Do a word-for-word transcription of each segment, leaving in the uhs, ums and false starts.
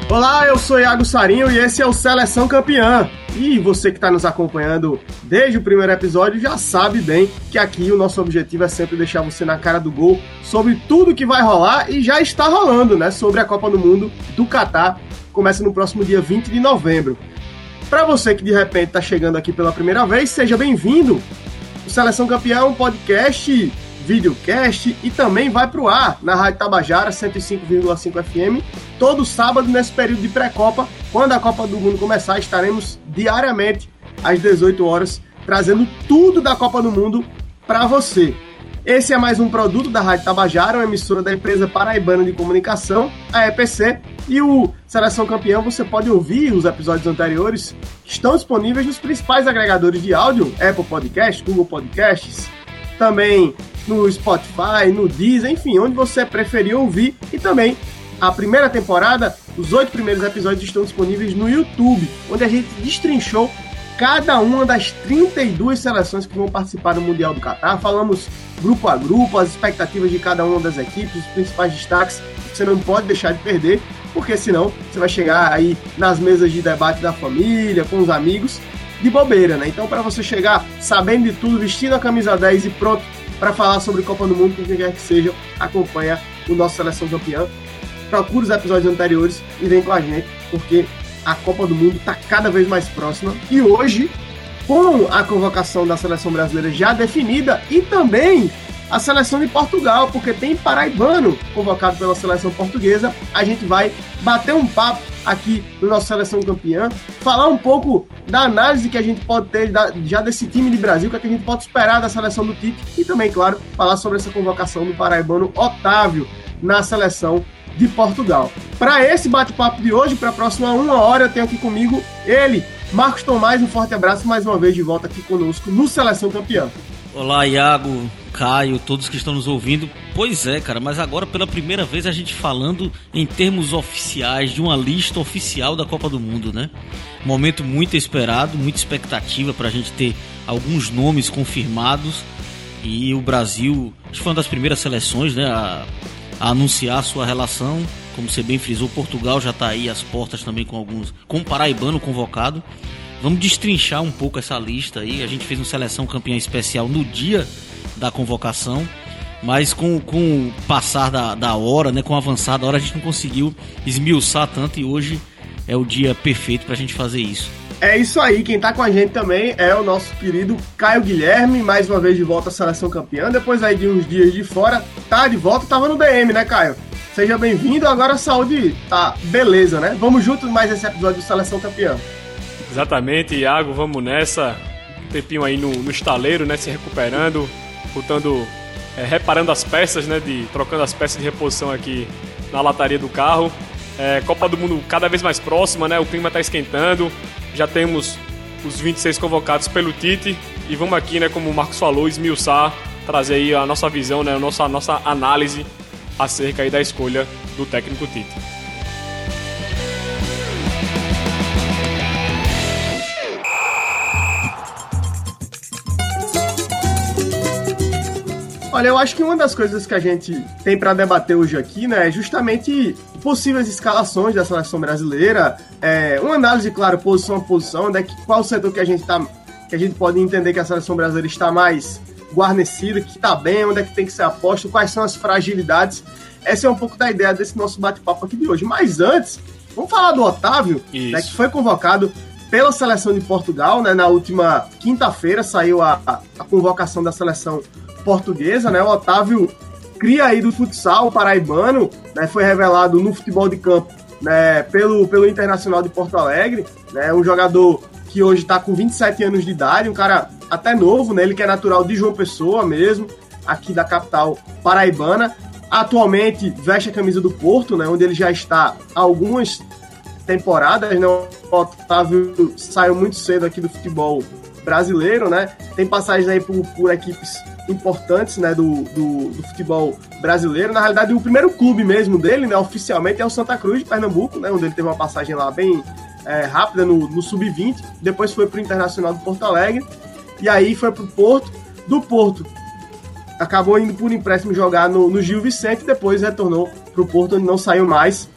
Olá, eu sou Iago Sarinho e esse é o Seleção Campeã. E você que está nos acompanhando desde o primeiro episódio já sabe bem que aqui o nosso objetivo é sempre deixar você na cara do gol sobre tudo que vai rolar e já está rolando, né? Sobre a Copa do Mundo do Catar, começa no próximo dia vinte de novembro. Para você que de repente está chegando aqui pela primeira vez, seja bem-vindo. O Seleção Campeã é um podcast, videocast e também vai pro ar na Rádio Tabajara cento e cinco vírgula cinco F M todo sábado nesse período de pré-copa. Quando a Copa do Mundo começar, estaremos diariamente às dezoito horas trazendo tudo da Copa do Mundo para você. Esse é mais um produto da Rádio Tabajara, uma emissora da empresa paraibana de comunicação, a E P C, e o Seleção Campeão você pode ouvir os episódios anteriores, que estão disponíveis nos principais agregadores de áudio, Apple Podcasts, Google Podcasts, também no Spotify, no Deezer, enfim, onde você preferir ouvir. E também a primeira temporada, os oito primeiros episódios estão disponíveis no YouTube, onde a gente destrinchou cada uma das trinta e duas seleções que vão participar do Mundial do Catar. Falamos grupo a grupo, as expectativas de cada uma das equipes, os principais destaques que você não pode deixar de perder, porque senão você vai chegar aí nas mesas de debate da família, com os amigos, de bobeira, né? Então, para você chegar sabendo de tudo, vestindo a camisa dez e pronto para falar sobre Copa do Mundo, com quem quer que seja, acompanha o nosso Seleção Campeã. Procura os episódios anteriores e vem com a gente, porque a Copa do Mundo está cada vez mais próxima. E hoje, com a convocação da seleção brasileira já definida e também a seleção de Portugal, porque tem paraibano convocado pela seleção portuguesa, a gente vai bater um papo aqui no nosso Seleção Campeã, falar um pouco da análise que a gente pode ter da, já desse time de Brasil, o que, é que a gente pode esperar da seleção do Tite e também, claro, falar sobre essa convocação do paraibano Otávio na seleção de Portugal. Para esse bate-papo de hoje, para a próxima uma hora, eu tenho aqui comigo ele, Marcos Tomás. Um forte abraço mais uma vez de volta aqui conosco no Seleção Campeã. Olá, Iago, Caio, todos que estão nos ouvindo. Pois é, cara, mas agora pela primeira vez a gente falando em termos oficiais de uma lista oficial da Copa do Mundo, né? Momento muito esperado, muita expectativa para a gente ter alguns nomes confirmados. E o Brasil, acho que foi uma das primeiras seleções, né, a, a anunciar a sua relação. Como você bem frisou, Portugal já está aí às portas também com alguns, com o paraibano convocado. Vamos destrinchar um pouco essa lista aí. A gente fez uma Seleção Campeã especial no dia da convocação, mas com, com o passar da, da hora, né, com o avançar da hora, a gente não conseguiu esmiuçar tanto e hoje é o dia perfeito para a gente fazer isso. É isso aí, quem tá com a gente também é o nosso querido Caio Guilherme, mais uma vez de volta à Seleção Campeã, depois aí de uns dias de fora, tá de volta, tava no D M, né, Caio? Seja bem-vindo, agora a saúde tá beleza, né? Vamos juntos mais esse episódio do Seleção Campeã. Exatamente, Iago, vamos nessa. Um tempinho aí no, no estaleiro, né, se recuperando, botando, é, reparando as peças, né, de, trocando as peças de reposição aqui na lataria do carro. É, Copa do Mundo cada vez mais próxima, né, o clima tá esquentando, já temos os vinte e seis convocados pelo Tite e vamos aqui, né, como o Marcos falou, esmiuçar, trazer aí a nossa visão, né, a nossa, a nossa análise acerca aí da escolha do técnico Tite. Olha, eu acho que uma das coisas que a gente tem para debater hoje aqui, né, é justamente possíveis escalações da seleção brasileira, é, uma análise, claro, posição a posição, né, que, qual o setor que a gente tá, que a gente pode entender que a seleção brasileira está mais guarnecida, que está bem, onde é que tem que ser aposto, quais são as fragilidades. Essa é um pouco da ideia desse nosso bate-papo aqui de hoje. Mas antes, vamos falar do Otávio, né, que foi convocado pela seleção de Portugal, né, na última quinta-feira saiu a, a, a convocação da seleção portuguesa, né? O Otávio, cria aí do futsal paraibano, né? Foi revelado no futebol de campo, né? pelo, pelo Internacional de Porto Alegre, né? Um jogador que hoje está com vinte e sete anos de idade, um cara até novo, né? Ele que é natural de João Pessoa mesmo, aqui da capital paraibana. Atualmente veste a camisa do Porto, né? Onde ele já está há algumas temporadas, né? O Otávio saiu muito cedo aqui do futebol brasileiro, né? Tem passagens aí por, por equipes importantes, né, do, do, do futebol brasileiro. Na realidade, o primeiro clube mesmo dele, né, oficialmente, é o Santa Cruz de Pernambuco, né, onde ele teve uma passagem lá bem é, rápida no, no sub vinte, depois foi para o Internacional de Porto Alegre, e aí foi para o Porto. Do Porto, acabou indo por empréstimo jogar no, no Gil Vicente, depois retornou para o Porto, onde não saiu mais.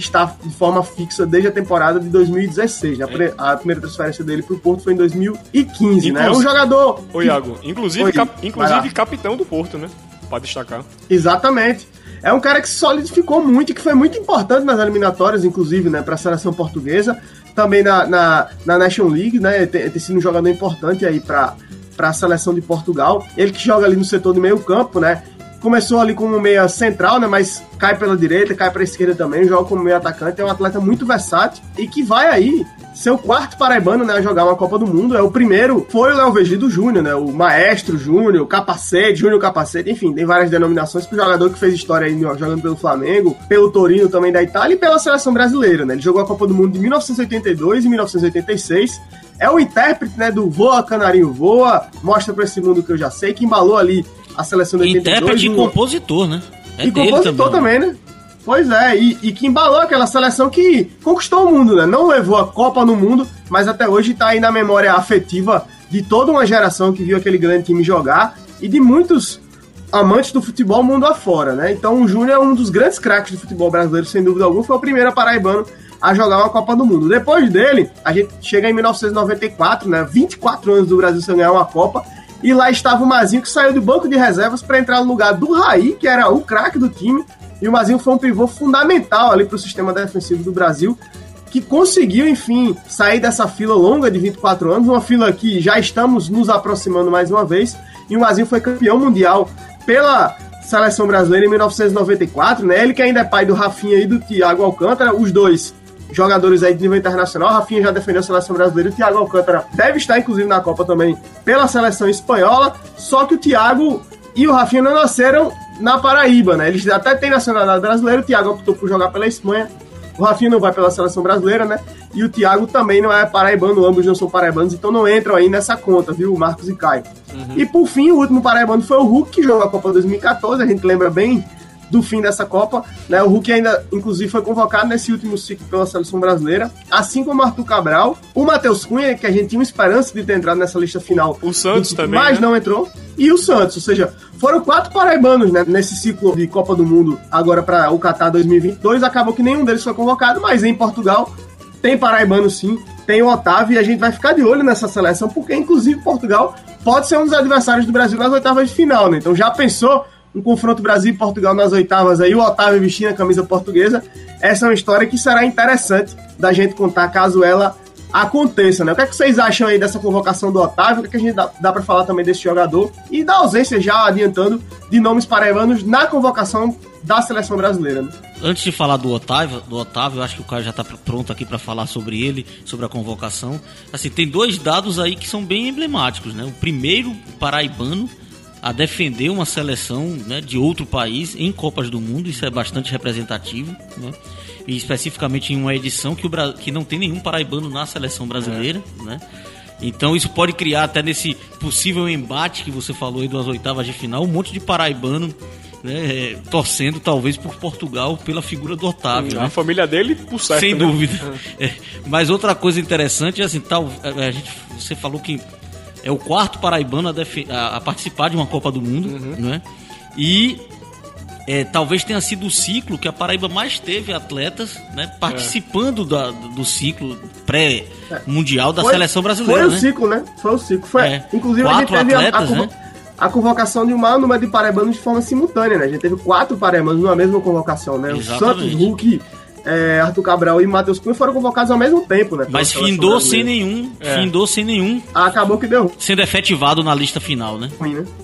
está de forma fixa desde a temporada de dois mil e dezesseis. Né? É. A primeira transferência dele para o Porto foi em dois mil e quinze. Inclusive, né? É um jogador... Ô, Iago, inclusive, Oi, cap, inclusive capitão do Porto, né? Para destacar. Exatamente. É um cara que se solidificou muito e que foi muito importante nas eliminatórias, inclusive, né, para a seleção portuguesa, também na, na, na National League, né, tem, tem sido um jogador importante aí para a seleção de Portugal. Ele que joga ali no setor de meio campo, né, começou ali como meia central, né, mas cai pela direita, cai para a esquerda também, joga como meio atacante, é um atleta muito versátil e que vai aí ser o quarto paraibano, né, a jogar uma Copa do Mundo. É o primeiro, foi o Léo Vegido Júnior, né, o Maestro Júnior, Capacete, Júnior Capacete, enfim, tem várias denominações pro jogador que fez história aí jogando pelo Flamengo, pelo Torino também da Itália e pela seleção brasileira, né, ele jogou a Copa do Mundo de mil novecentos e oitenta e dois e mil novecentos e oitenta e seis, é o intérprete, né, do Voa Canarinho Voa, mostra pra esse mundo que eu já sei, que embalou ali a seleção de oitenta e dois. Intérprete e compositor, né? É e compositor também, também né? Pois é, e, e que embalou aquela seleção que conquistou o mundo, né? Não levou a Copa no mundo, mas até hoje tá aí na memória afetiva de toda uma geração que viu aquele grande time jogar e de muitos amantes do futebol mundo afora, né? Então o Júnior é um dos grandes craques do futebol brasileiro, sem dúvida alguma, foi o primeiro paraibano a jogar uma Copa do Mundo. Depois dele, a gente chega em mil novecentos e noventa e quatro, né? vinte e quatro anos do Brasil sem ganhar uma Copa, e lá estava o Mazinho, que saiu do banco de reservas para entrar no lugar do Raí, que era o craque do time. E o Mazinho foi um pivô fundamental ali para o sistema defensivo do Brasil, que conseguiu, enfim, sair dessa fila longa de vinte e quatro anos, uma fila que já estamos nos aproximando mais uma vez, e o Mazinho foi campeão mundial pela seleção brasileira em mil novecentos e noventa e quatro, né? Ele que ainda é pai do Rafinha e do Thiago Alcântara, os dois jogadores aí de nível internacional. O Rafinha já defendeu a seleção brasileira, o Thiago Alcântara deve estar, inclusive, na Copa também pela seleção espanhola, só que o Thiago e o Rafinha não nasceram na Paraíba, né? Eles até têm nacionalidade brasileira, o Thiago optou por jogar pela Espanha, o Rafinha não vai pela seleção brasileira, né? E o Thiago também não é paraibano, ambos não são paraibanos, então não entram aí nessa conta, viu? Marcos e Caio. Uhum. E por fim, o último paraibano foi o Hulk, que jogou a Copa dois mil e catorze, a gente lembra bem do fim dessa Copa, né? O Hulk ainda, inclusive, foi convocado nesse último ciclo pela seleção brasileira, assim como o Arthur Cabral, o Matheus Cunha, que a gente tinha uma esperança de ter entrado nessa lista final. O Santos do, também, mas né? não entrou. E o Santos, ou seja, foram quatro paraibanos, né, nesse ciclo de Copa do Mundo agora para o Qatar dois mil e vinte e dois. Acabou que nenhum deles foi convocado, mas em Portugal tem paraibano sim, tem o Otávio, e a gente vai ficar de olho nessa seleção, porque inclusive Portugal pode ser um dos adversários do Brasil nas oitavas de final, né? Então já pensou um confronto Brasil e Portugal nas oitavas aí, o Otávio vestindo a camisa portuguesa? Essa é uma história que será interessante da gente contar caso ela aconteça, né? O que é que vocês acham aí dessa convocação do Otávio? O que é que a gente dá, dá pra falar também desse jogador? E da ausência, já adiantando, de nomes paraibanos na convocação da seleção brasileira, né? Antes de falar do Otávio, do Otávio, eu acho que o Caio já tá pronto aqui para falar sobre ele, sobre a convocação. Assim, tem dois dados aí que são bem emblemáticos, né? O primeiro paraibano a defender uma seleção, né, de outro país em Copas do Mundo, isso é bastante representativo, né? E especificamente em uma edição que, o Bra... que não tem nenhum paraibano na seleção brasileira, é. né? Então isso pode criar até nesse possível embate que você falou aí das oitavas de final, um monte de paraibano, né, torcendo talvez por Portugal pela figura do Otávio. A né? família dele, por certo. Sem né? dúvida. É. Mas outra coisa interessante é assim, tal, a gente, você falou que é o quarto paraibano a, def... a participar de uma Copa do Mundo, uhum. né? E é, talvez tenha sido o ciclo que a Paraíba mais teve atletas, né, participando é. da, do ciclo pré-mundial da foi, seleção brasileira. Foi né? o ciclo, né? Foi o ciclo. Foi, é. Inclusive Quatro a gente teve atletas, a, a, né? a convocação de um maior número de paraibanos de forma simultânea, né? A gente teve quatro paraibanos numa mesma convocação, né? Exatamente. O Santos, Hulk, é, Arthur Cabral e Matheus Cunha foram convocados ao mesmo tempo, né? Mas findou sem nenhum, é. findou sem nenhum. Acabou que deu. Sendo efetivado na lista final, né? Sim, né?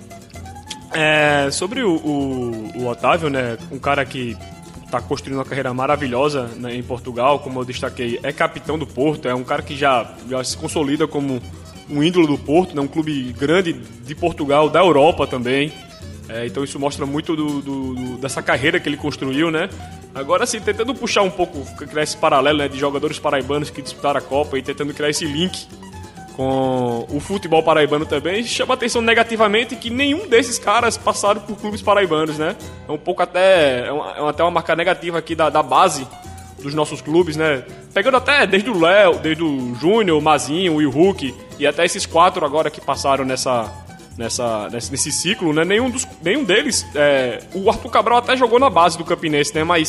É, sobre o, o, o Otávio, né? Um cara que está construindo uma carreira maravilhosa, né, em Portugal, como eu destaquei, é capitão do Porto, é um cara que já, já se consolida como um ídolo do Porto, né? Um clube grande de Portugal, da Europa também. É, então isso mostra muito do, do, do, dessa carreira que ele construiu, né? Agora, assim, tentando puxar um pouco, criar esse paralelo, né, de jogadores paraibanos que disputaram a Copa e tentando criar esse link com o futebol paraibano também, chama atenção negativamente que nenhum desses caras passaram por clubes paraibanos, né? É um pouco até, é, uma, é até uma marca negativa aqui da, da base dos nossos clubes, né? Pegando até desde o Léo, desde o Júnior, o Mazinho, o Hulk e até esses quatro agora que passaram nessa... Nessa, nesse, nesse ciclo, né? Nenhum, dos, nenhum deles. É, o Arthur Cabral até jogou na base do Campinense, né? Mas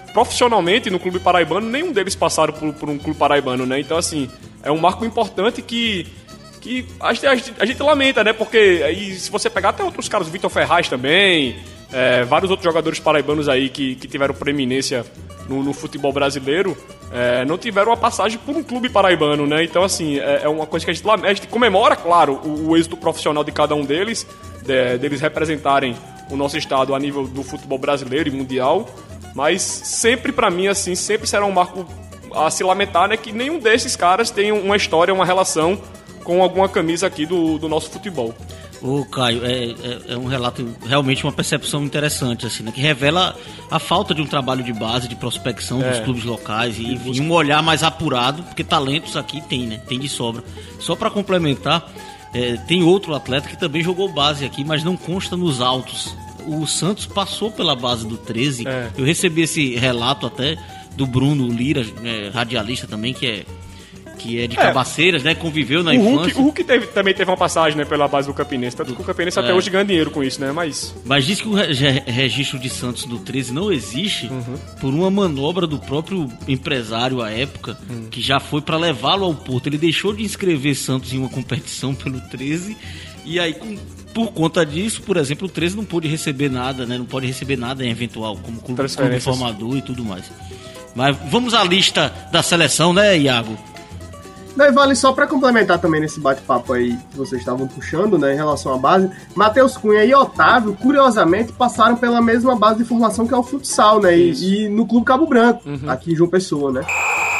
profissionalmente no clube paraibano, nenhum deles passaram por, por um clube paraibano, né? Então, assim, é um marco importante que, que a, gente, a, gente, a gente lamenta, né? Porque aí, se você pegar até outros caras, o Vitor Ferraz também, é, vários outros jogadores paraibanos aí que, que tiveram preeminência no, no futebol brasileiro, é, não tiveram uma passagem por um clube paraibano, né? Então, assim, é, é uma coisa que a gente, a gente comemora, claro, o, o êxito profissional de cada um deles, de, deles representarem o nosso estado a nível do futebol brasileiro e mundial, mas sempre, pra mim, assim, sempre será um marco a se lamentar, né? Que nenhum desses caras tem uma história, uma relação com alguma camisa aqui do, do nosso futebol. Ô, Caio, é, é, é um relato, realmente uma percepção interessante, assim, né? Que revela a falta de um trabalho de base, de prospecção é. dos clubes locais e, enfim, um olhar mais apurado, porque talentos aqui tem, né? Tem de sobra. Só para complementar, é, tem outro atleta que também jogou base aqui, mas não consta nos autos. O Santos passou pela base do treze. É. Eu recebi esse relato até do Bruno Lira, é, radialista também, que é... que é de Cabaceiras, é. né? Conviveu na o infância. Hulk, o Hulk teve, também teve uma passagem, né, pela base do Campinense. Tanto que o Campinense é. até hoje ganha dinheiro com isso, né? Mas, Mas diz que o re- registro de Santos do treze não existe uhum. por uma manobra do próprio empresário à época, uhum. que já foi para levá-lo ao Porto. Ele deixou de inscrever Santos em uma competição pelo treze e aí, com, por conta disso, por exemplo, o treze não pôde receber nada, né? Não pode receber nada em eventual, como clube, clube formador e tudo mais. Mas vamos à lista da seleção, né, Iago? Daí vale só para complementar também nesse bate-papo aí que vocês estavam puxando, né, em relação à base, Matheus Cunha e Otávio, curiosamente, passaram pela mesma base de formação que é o futsal, né, e, e no Clube Cabo Branco, uhum. aqui em João Pessoa, né.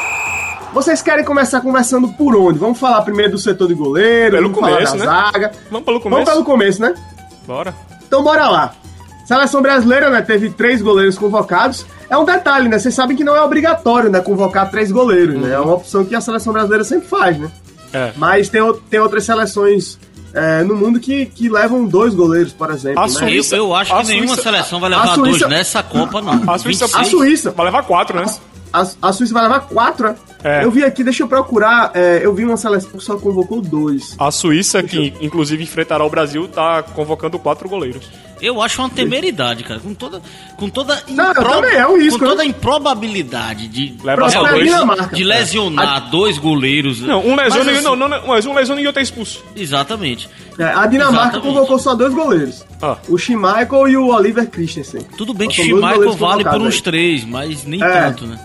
Vocês querem começar conversando por onde? Vamos falar primeiro do setor de goleiro, pelo vamos começo, falar da né? zaga. Vamos pelo começo? Vamos pelo começo, né? Bora. Então bora lá. Seleção brasileira, né, teve três goleiros convocados. É um detalhe, né? Vocês sabem que não é obrigatório, né, convocar três goleiros, uhum. né? É uma opção que a seleção brasileira sempre faz, né? É. Mas tem, tem outras seleções é, no mundo que, que levam dois goleiros, por exemplo. A né? Suíça, eu, eu acho que nenhuma Suíça, seleção vai levar Suíça, dois nessa Copa, não. A Suíça, a Suíça vai levar quatro, né? A, a Suíça vai levar quatro, né? É. Eu vi aqui, deixa eu procurar, é, eu vi uma seleção que só convocou dois. A Suíça, deixa que eu... inclusive enfrentará o Brasil, tá convocando quatro goleiros. Eu acho uma temeridade, cara. Com toda, com toda, Não, impro... também é um risco, com toda né? a improbabilidade de, Leva dois, de lesionar é. dois goleiros. Não, um lesiona assim, não, não, não, mas um lesiona e outro é expulso. Exatamente. É, a Dinamarca Exatamente. convocou só dois goleiros. Ah. O Schmeichel e o Oliver Christensen. Tudo bem que o Schmeichel vale por uns aí. três, mas nem é. tanto, né?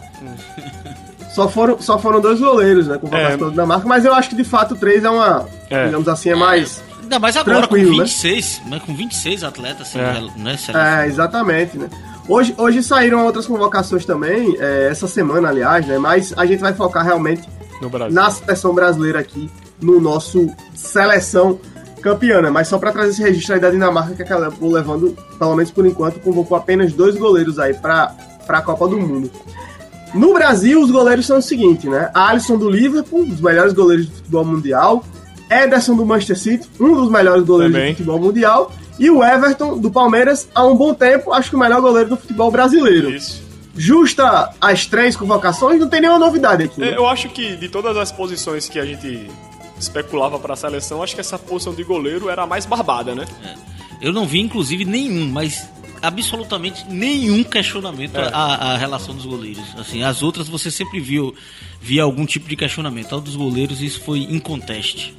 Só foram, só foram dois goleiros, né, convocados é. pela Dinamarca, mas eu acho que de fato três é uma, é. digamos assim, é mais... Ainda mais agora, com vinte e seis, né? Com vinte e seis atletas, assim, é. né? É, exatamente, né? Hoje, hoje saíram outras convocações também, é, essa semana, aliás, né? Mas a gente vai focar realmente no Brasil. Na seleção brasileira aqui, no nosso seleção campeã, né? Mas só para trazer esse registro aí da Dinamarca, que acabou levando, pelo menos por enquanto, convocou apenas dois goleiros aí para a Copa do Mundo. No Brasil, os goleiros são o seguinte, né? Alisson do Liverpool, um dos melhores goleiros do futebol mundial. Ederson do Manchester City, um dos melhores goleiros Também. do futebol mundial. E o Everton do Palmeiras, há um bom tempo, acho que o melhor goleiro do futebol brasileiro. Isso. Justa as três convocações, não tem nenhuma novidade aqui. Né? Eu acho que de todas as posições que a gente especulava para a seleção, acho que essa posição de goleiro era a mais barbada, né? É. Eu não vi, inclusive, nenhum, mas... absolutamente nenhum questionamento é. à, à relação dos goleiros. Assim, as outras você sempre viu via algum tipo de questionamento. Ao dos goleiros, isso foi inconteste.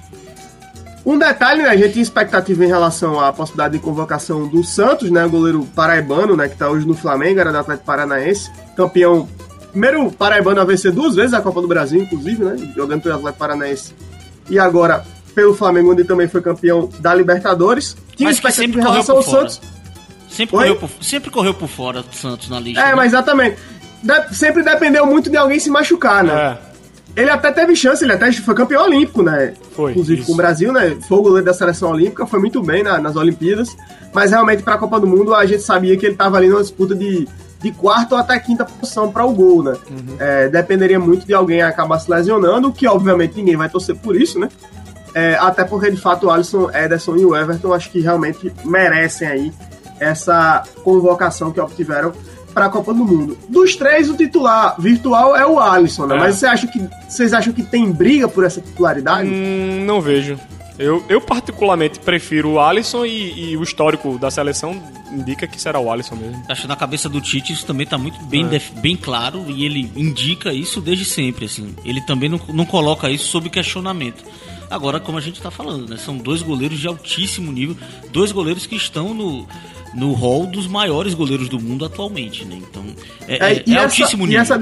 Um detalhe, né? A gente tinha expectativa em relação à possibilidade de convocação do Santos, né? O goleiro paraibano, né? Que tá hoje no Flamengo, era do Atlético Paranaense. Campeão, primeiro paraibano a vencer duas vezes a Copa do Brasil, inclusive, né? Jogando pelo Atlético Paranaense. E agora pelo Flamengo, onde também foi campeão da Libertadores. Tinha Mas que expectativa em relação ao Santos. Sempre correu, por, sempre correu por fora do Santos na lista. É, né? mas exatamente. De, sempre dependeu muito de alguém se machucar, né? É. Ele até teve chance, ele até foi campeão olímpico, né? Foi. Inclusive isso. com o Brasil, né? Foi o goleiro da seleção olímpica, foi muito bem na, nas Olimpíadas. Mas realmente, para a Copa do Mundo, a gente sabia que ele estava ali numa disputa de, de quarta ou até quinta posição para o gol, né? Uhum. É, dependeria muito de alguém acabar se lesionando, que obviamente ninguém vai torcer por isso, né? É, até porque, de fato, o Alisson, Ederson e o Everton acho que realmente merecem aí essa convocação que obtiveram para a Copa do Mundo. Dos três, o titular virtual é o Alisson, né? É. Mas você acha que, vocês acham que tem briga por essa titularidade? Hum, não vejo. Eu, eu particularmente prefiro o Alisson e, e o histórico da seleção indica que será o Alisson mesmo. Acho que na cabeça do Tite isso também tá muito bem, é. def, bem claro e ele indica isso desde sempre, assim. Ele também não, não coloca isso sob questionamento. Agora, como a gente tá falando, né? São dois goleiros de altíssimo nível, dois goleiros que estão no, no hall dos maiores goleiros do mundo atualmente, né? Então, é, é, é, é essa, altíssimo nível. Essa,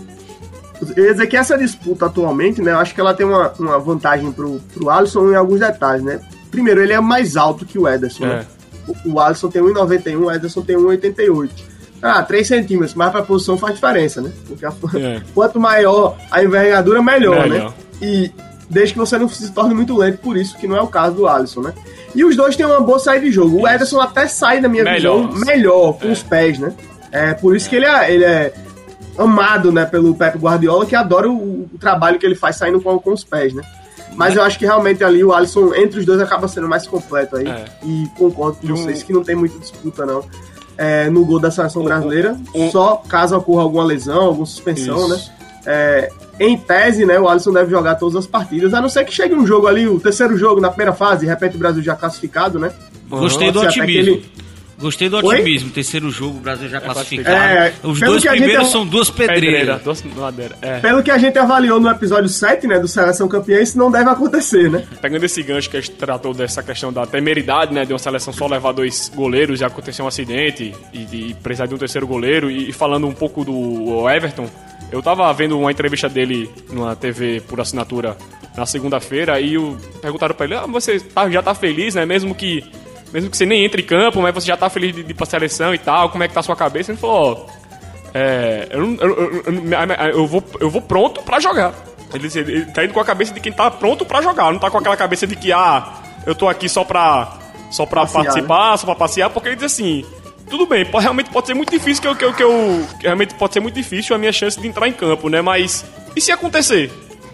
eu ia dizer que essa disputa atualmente, né? Eu acho que ela tem uma, uma vantagem pro, pro Alisson em alguns detalhes, né? Primeiro, ele é mais alto que o Ederson, é. né? O, o Alisson tem um metro e noventa e um, o Ederson tem um metro e oitenta e oito. Ah, três centímetros, mas pra posição faz diferença, né? Porque a, é. quanto maior a envergadura, melhor, melhor, né? E desde que você não se torne muito lento, por isso que não é o caso do Alisson, né? E os dois têm uma boa saída de jogo. O Ederson até sai, na minha melhor. visão, melhor com é. os pés, né? É por isso é. que ele é, ele é amado, né, pelo Pep Guardiola, que adora o, o trabalho que ele faz saindo com, com os pés, né? Mas é. eu acho que realmente ali o Alisson, entre os dois, acaba sendo mais completo aí. É. E concordo com vocês que não tem muita disputa, não. É, no gol da seleção brasileira, um, um, só caso ocorra alguma lesão, alguma suspensão, isso. né? É, em tese, né, o Alisson deve jogar todas as partidas, a não ser que chegue um jogo ali, o terceiro jogo na primeira fase, de repente o Brasil já classificado, né? Gostei do otimismo. Gostei do otimismo. Oi? Terceiro jogo, o Brasil já classificado. É, Os dois primeiros gente... são duas pedreiras. Duas ladeiras. É. Pelo que a gente avaliou no episódio sete, né, do Seleção Campeã, isso não deve acontecer, né? Pegando esse gancho que a gente tratou dessa questão da temeridade, né, de uma seleção só levar dois goleiros e acontecer um acidente e, e precisar de um terceiro goleiro, e, e falando um pouco do Everton, eu tava vendo uma entrevista dele numa T V por assinatura na segunda-feira e o, perguntaram pra ele, ah, você tá, já tá feliz, né, mesmo que Mesmo que você nem entre em campo, mas você já tá feliz de ir pra seleção e tal, como é que tá a sua cabeça? Ele falou, ó, é, eu, eu, eu, eu, eu, vou, eu vou pronto pra jogar. Ele, ele tá indo com a cabeça de quem tá pronto pra jogar, não tá com aquela cabeça de que, ah, eu tô aqui só pra, só pra passear, participar, né? Só pra passear, porque ele diz assim, tudo bem, pode, realmente pode ser muito difícil, que eu, que, eu, que eu, realmente pode ser muito difícil a minha chance de entrar em campo, né, mas e se acontecer?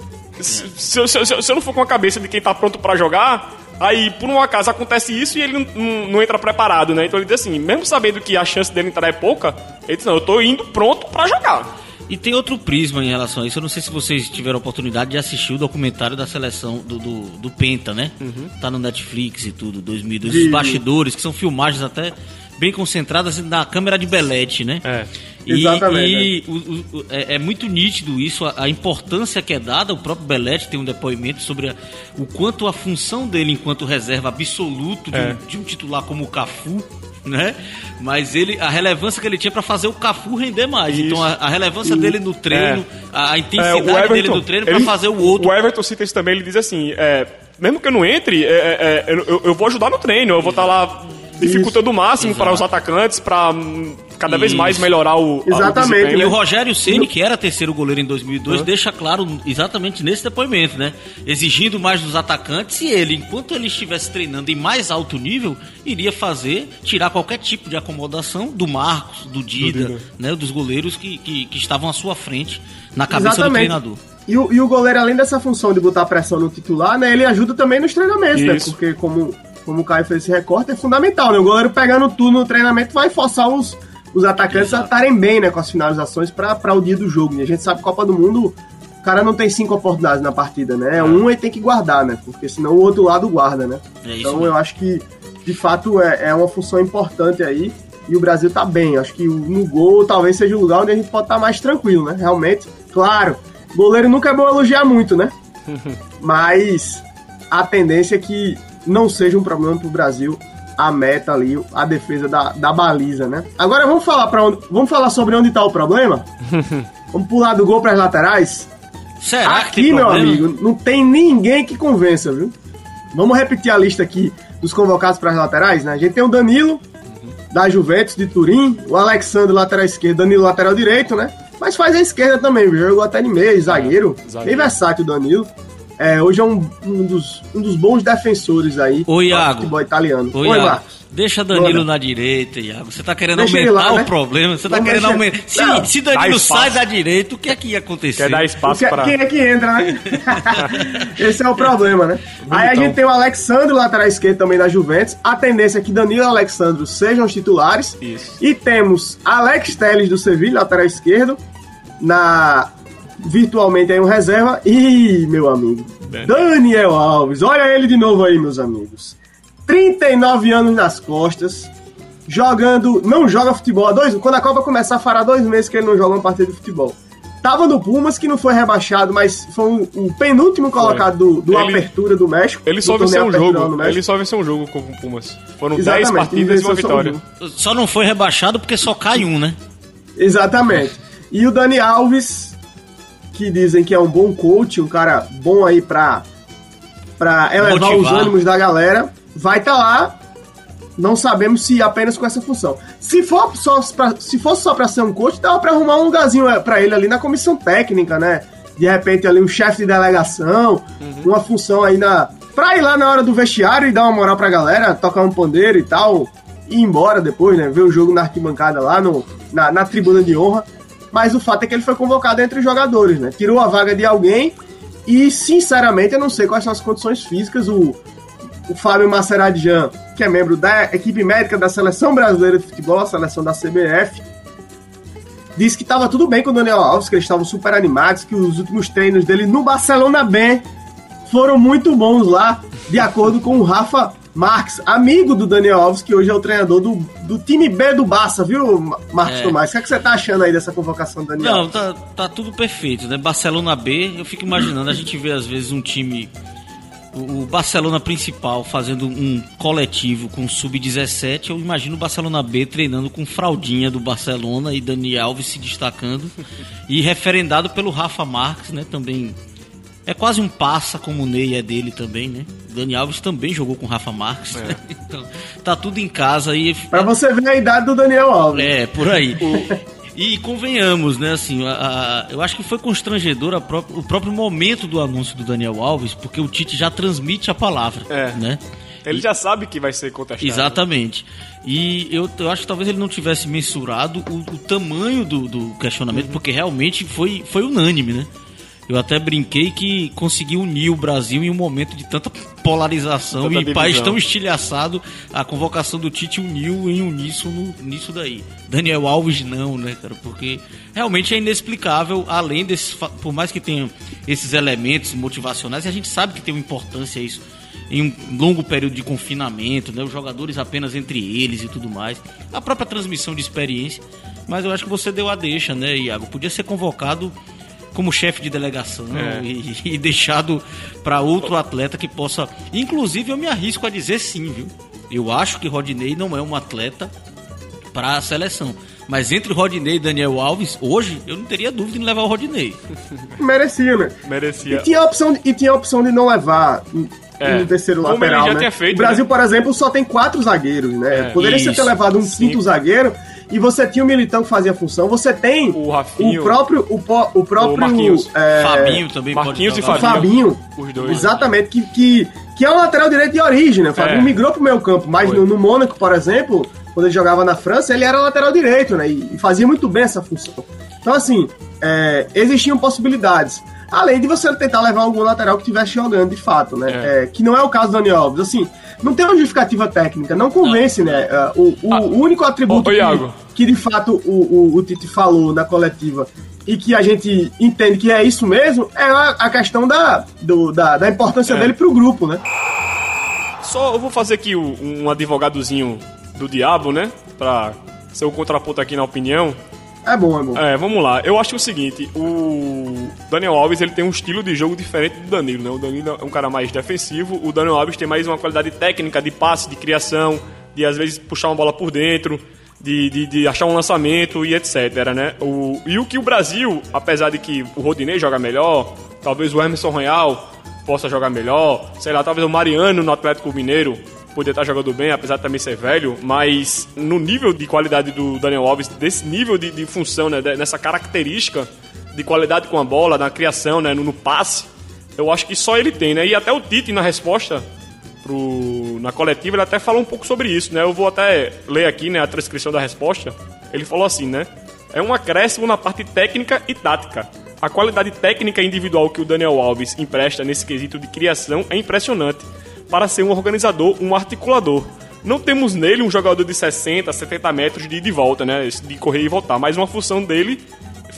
Se, se, se, se, se eu não for com a cabeça de quem tá pronto pra jogar... Aí, por um acaso, acontece isso e ele não, não, não entra preparado, né? Então ele diz assim, mesmo sabendo que a chance dele entrar é pouca, ele diz, não, eu tô indo pronto pra jogar. E tem outro prisma em relação a isso. Eu não sei se vocês tiveram a oportunidade de assistir o documentário da seleção do, do, do Penta, né? Uhum. Tá no Netflix e tudo, dois mil e dois. Os bastidores, que são filmagens até bem concentradas na câmera de Belete, né? É. E, Exatamente. E o, o, é, é muito nítido isso, a, a importância que é dada. O próprio Belete tem um depoimento sobre a, o quanto a função dele enquanto reserva absoluto de, é. um, de um titular como o Cafu, né? Mas ele, a relevância que ele tinha para fazer o Cafu render mais. Isso. Então a, a relevância Isso. dele no treino, é. a, a intensidade é, Everton, dele no treino para fazer o outro. O Everton cita isso também, ele diz assim, é, mesmo que eu não entre, é, é, eu, eu vou ajudar no treino, eu vou estar tá lá dificultando o máximo Exato. para os atacantes, para cada vez Isso. mais melhorar o Exatamente. O e o Rogério Ceni, que era terceiro goleiro em dois mil e dois, uhum. deixa claro exatamente nesse depoimento, né? Exigindo mais dos atacantes e ele, enquanto ele estivesse treinando em mais alto nível, iria fazer, tirar qualquer tipo de acomodação do Marcos, do Dida, do Dida. Né? Dos goleiros que, que, que estavam à sua frente, na cabeça exatamente. do treinador. E o, e o goleiro, além dessa função de botar pressão no titular, né? Ele ajuda também nos treinamentos, Isso. né? Porque como... como o Caio fez esse recorte, é fundamental, né? O goleiro pegando tudo no treinamento vai forçar os, os atacantes Exato. a estarem bem, né, com as finalizações para o dia do jogo. E a gente sabe que Copa do Mundo, o cara não tem cinco oportunidades na partida, né? É um e tem que guardar, né? Porque senão o outro lado guarda, né? É então mesmo. Eu acho que, de fato, é, é uma função importante aí e o Brasil tá bem. Eu acho que no gol talvez seja o lugar onde a gente pode estar tá mais tranquilo, né? Realmente, claro, goleiro nunca é bom elogiar muito, né? Mas a tendência é que não seja um problema pro Brasil a meta ali, a defesa da, da baliza, né? Agora vamos falar para onde, vamos falar sobre onde tá o problema? Vamos pular do gol para as laterais? Será aqui, que tem meu problema? amigo, não tem ninguém que convença, viu? Vamos repetir a lista aqui dos convocados para as laterais, né? A gente tem o Danilo, da Juventus, de Turim, o Alexandre, lateral esquerdo, Danilo, lateral direito, né? Mas faz a esquerda também, viu? Jogou até de meio, zagueiro, é, zagueiro. Bem versátil o Danilo. É, hoje é um, um, dos, um dos bons defensores aí do futebol italiano. Oi, Oi Marcos. Deixa Danilo Dona. na direita, Iago. Você tá querendo deixa aumentar lá, o né? problema. Você tá Vamos querendo aumentar. Se, não, se Danilo sai da direita, o que é que ia acontecer? Quer dar espaço que, pra... Quem é que entra, né? Esse é o problema, né? Bonitão. Aí a gente tem o Alexandre, lateral esquerdo também da Juventus. A tendência é que Danilo e Alexandre sejam os titulares. Isso. E temos Alex Telles do Sevilla, lateral esquerdo. Na... Virtualmente aí um reserva. E, meu amigo, Daniel Alves, olha ele de novo aí, meus amigos. trinta e nove anos nas costas, jogando, não joga futebol há dois, quando a Copa começar fará dois meses que ele não joga uma partida de futebol. Tava no Pumas, que não foi rebaixado, mas foi o um, um penúltimo colocado do, do ele, Apertura do México. Ele só venceu um jogo, ele só venceu um jogo com o Pumas. Foram dez partidas e uma vitória. Só, um só não foi rebaixado porque só cai um, né? Exatamente. E o Dani Alves, que dizem que é um bom coach, um cara bom aí pra, pra elevar motivar os ânimos da galera, vai estar tá lá. Não sabemos se apenas com essa função. Se for só pra, se fosse só pra ser um coach, dava pra arrumar um lugarzinho pra ele ali na comissão técnica, né? De repente ali um chefe de delegação, uhum. uma função aí na... Pra ir lá na hora do vestiário e dar uma moral pra galera, tocar um pandeiro e tal, e ir embora depois, né? Ver o jogo na arquibancada lá, no, na, na tribuna de honra. Mas o fato é que ele foi convocado entre os jogadores, né? Tirou a vaga de alguém e, sinceramente, eu não sei quais são as condições físicas. O... O Fábio Maceradian, que é membro da equipe médica da Seleção Brasileira de Futebol, a seleção da C B F, disse que estava tudo bem com o Daniel Alves, que eles estavam super animados, que os últimos treinos dele no Barcelona B foram muito bons lá, de acordo com o Rafa Marques, amigo do Daniel Alves, que hoje é o treinador do, do time B do Barça, viu, Marcos é. Tomás? O que, é que você tá achando aí dessa convocação do Daniel Alves? Não, tá, tá tudo perfeito, né? Barcelona B, eu fico imaginando, a gente vê às vezes um time... O Barcelona principal fazendo um coletivo com sub dezessete, eu imagino o Barcelona B treinando com fraldinha do Barcelona e Dani Alves se destacando e referendado pelo Rafa Marques, né, também é quase um passa como o Ney é dele também, né? O Dani Alves também jogou com o Rafa Marques, é. né? Então tá tudo em casa aí. Pra você ver a idade do Daniel Alves. É, por aí. E convenhamos, né, assim, a, a, eu acho que foi constrangedor a pró- o próprio momento do anúncio do Daniel Alves, porque o Tite já transmite a palavra, é. né? Ele e, já sabe que vai ser contestado. Exatamente. E eu, eu acho que talvez ele não tivesse mensurado o, o tamanho do, do questionamento, uhum. porque realmente foi, foi unânime, né? Eu até brinquei que conseguiu unir o Brasil em um momento de tanta polarização tanta e divisão. País tão estilhaçado, a convocação do Tite uniu em uníssono nisso daí. Daniel Alves não, né, cara? Porque realmente é inexplicável, além desse, por mais que tenha esses elementos motivacionais, a gente sabe que tem uma importância isso em um longo período de confinamento, né? Os jogadores apenas entre eles e tudo mais. A própria transmissão de experiência. Mas eu acho que você deu a deixa, né, Iago? Podia ser convocado como chefe de delegação é. e, e deixado para outro atleta que possa... Inclusive, eu me arrisco a dizer sim, viu? Eu acho que Rodinei não é um atleta para a seleção. Mas entre Rodinei e Daniel Alves, hoje, eu não teria dúvida em levar o Rodinei. Merecia, né? Merecia. E tinha a opção de, e tinha a opção de não levar... É. No terceiro Como lateral, ele já né? feito, o Brasil, né? por exemplo, só tem quatro zagueiros, né? É. Poderia Isso. ter levado um Sim. quinto zagueiro e você tinha o Militão que fazia a função. Você tem o, Rafinho, o próprio o, o próprio o Marquinhos. É, Fabinho também Marquinhos pode e Fabinho. Fabinho. Os dois. Exatamente, que, que, que é um lateral direito de origem, né? O Fabinho é. migrou pro meio campo, mas no, no Mônaco, por exemplo, quando ele jogava na França, ele era lateral direito, né? E, e fazia muito bem essa função. Então, assim, é, existiam possibilidades. Além de você tentar levar algum lateral que estivesse jogando de fato, né? É. É, que não é o caso do Daniel Alves. Assim, não tem uma justificativa técnica, não convence, não. né? O, o, ah, o único atributo oh, que, que de fato o, o, o Tite falou na coletiva e que a gente entende que é isso mesmo, é a, a questão da, do, da, da importância é. dele pro grupo, né? Só eu vou fazer aqui um, um advogadozinho do diabo, né? Pra ser o contraponto aqui na opinião. É bom, é bom. É, vamos lá. Eu acho o seguinte, o Daniel Alves, ele tem um estilo de jogo diferente do Danilo, né? O Danilo é um cara mais defensivo, o Daniel Alves tem mais uma qualidade técnica de passe, de criação, de às vezes puxar uma bola por dentro, de, de, de achar um lançamento e etc, né? O, e o que o Brasil, apesar de que o Rodinei joga melhor, talvez o Emerson Royal possa jogar melhor, sei lá, talvez o Mariano no Atlético Mineiro poder estar jogando bem, apesar de também ser velho, mas no nível de qualidade do Daniel Alves, desse nível de, de função, né, nessa característica de qualidade com a bola, na criação, né, no, no passe, eu acho que só ele tem, né? E até o Tite, na resposta pro, na coletiva, ele até falou um pouco sobre isso, né? Eu vou até ler aqui, né, a transcrição da resposta. Ele falou assim, né? É um acréscimo na parte técnica e tática. A qualidade técnica individual que o Daniel Alves empresta nesse quesito de criação é impressionante. Para ser um organizador, um articulador. Não temos nele um jogador de sessenta, setenta metros de ida e volta, né? De correr e voltar, mas uma função dele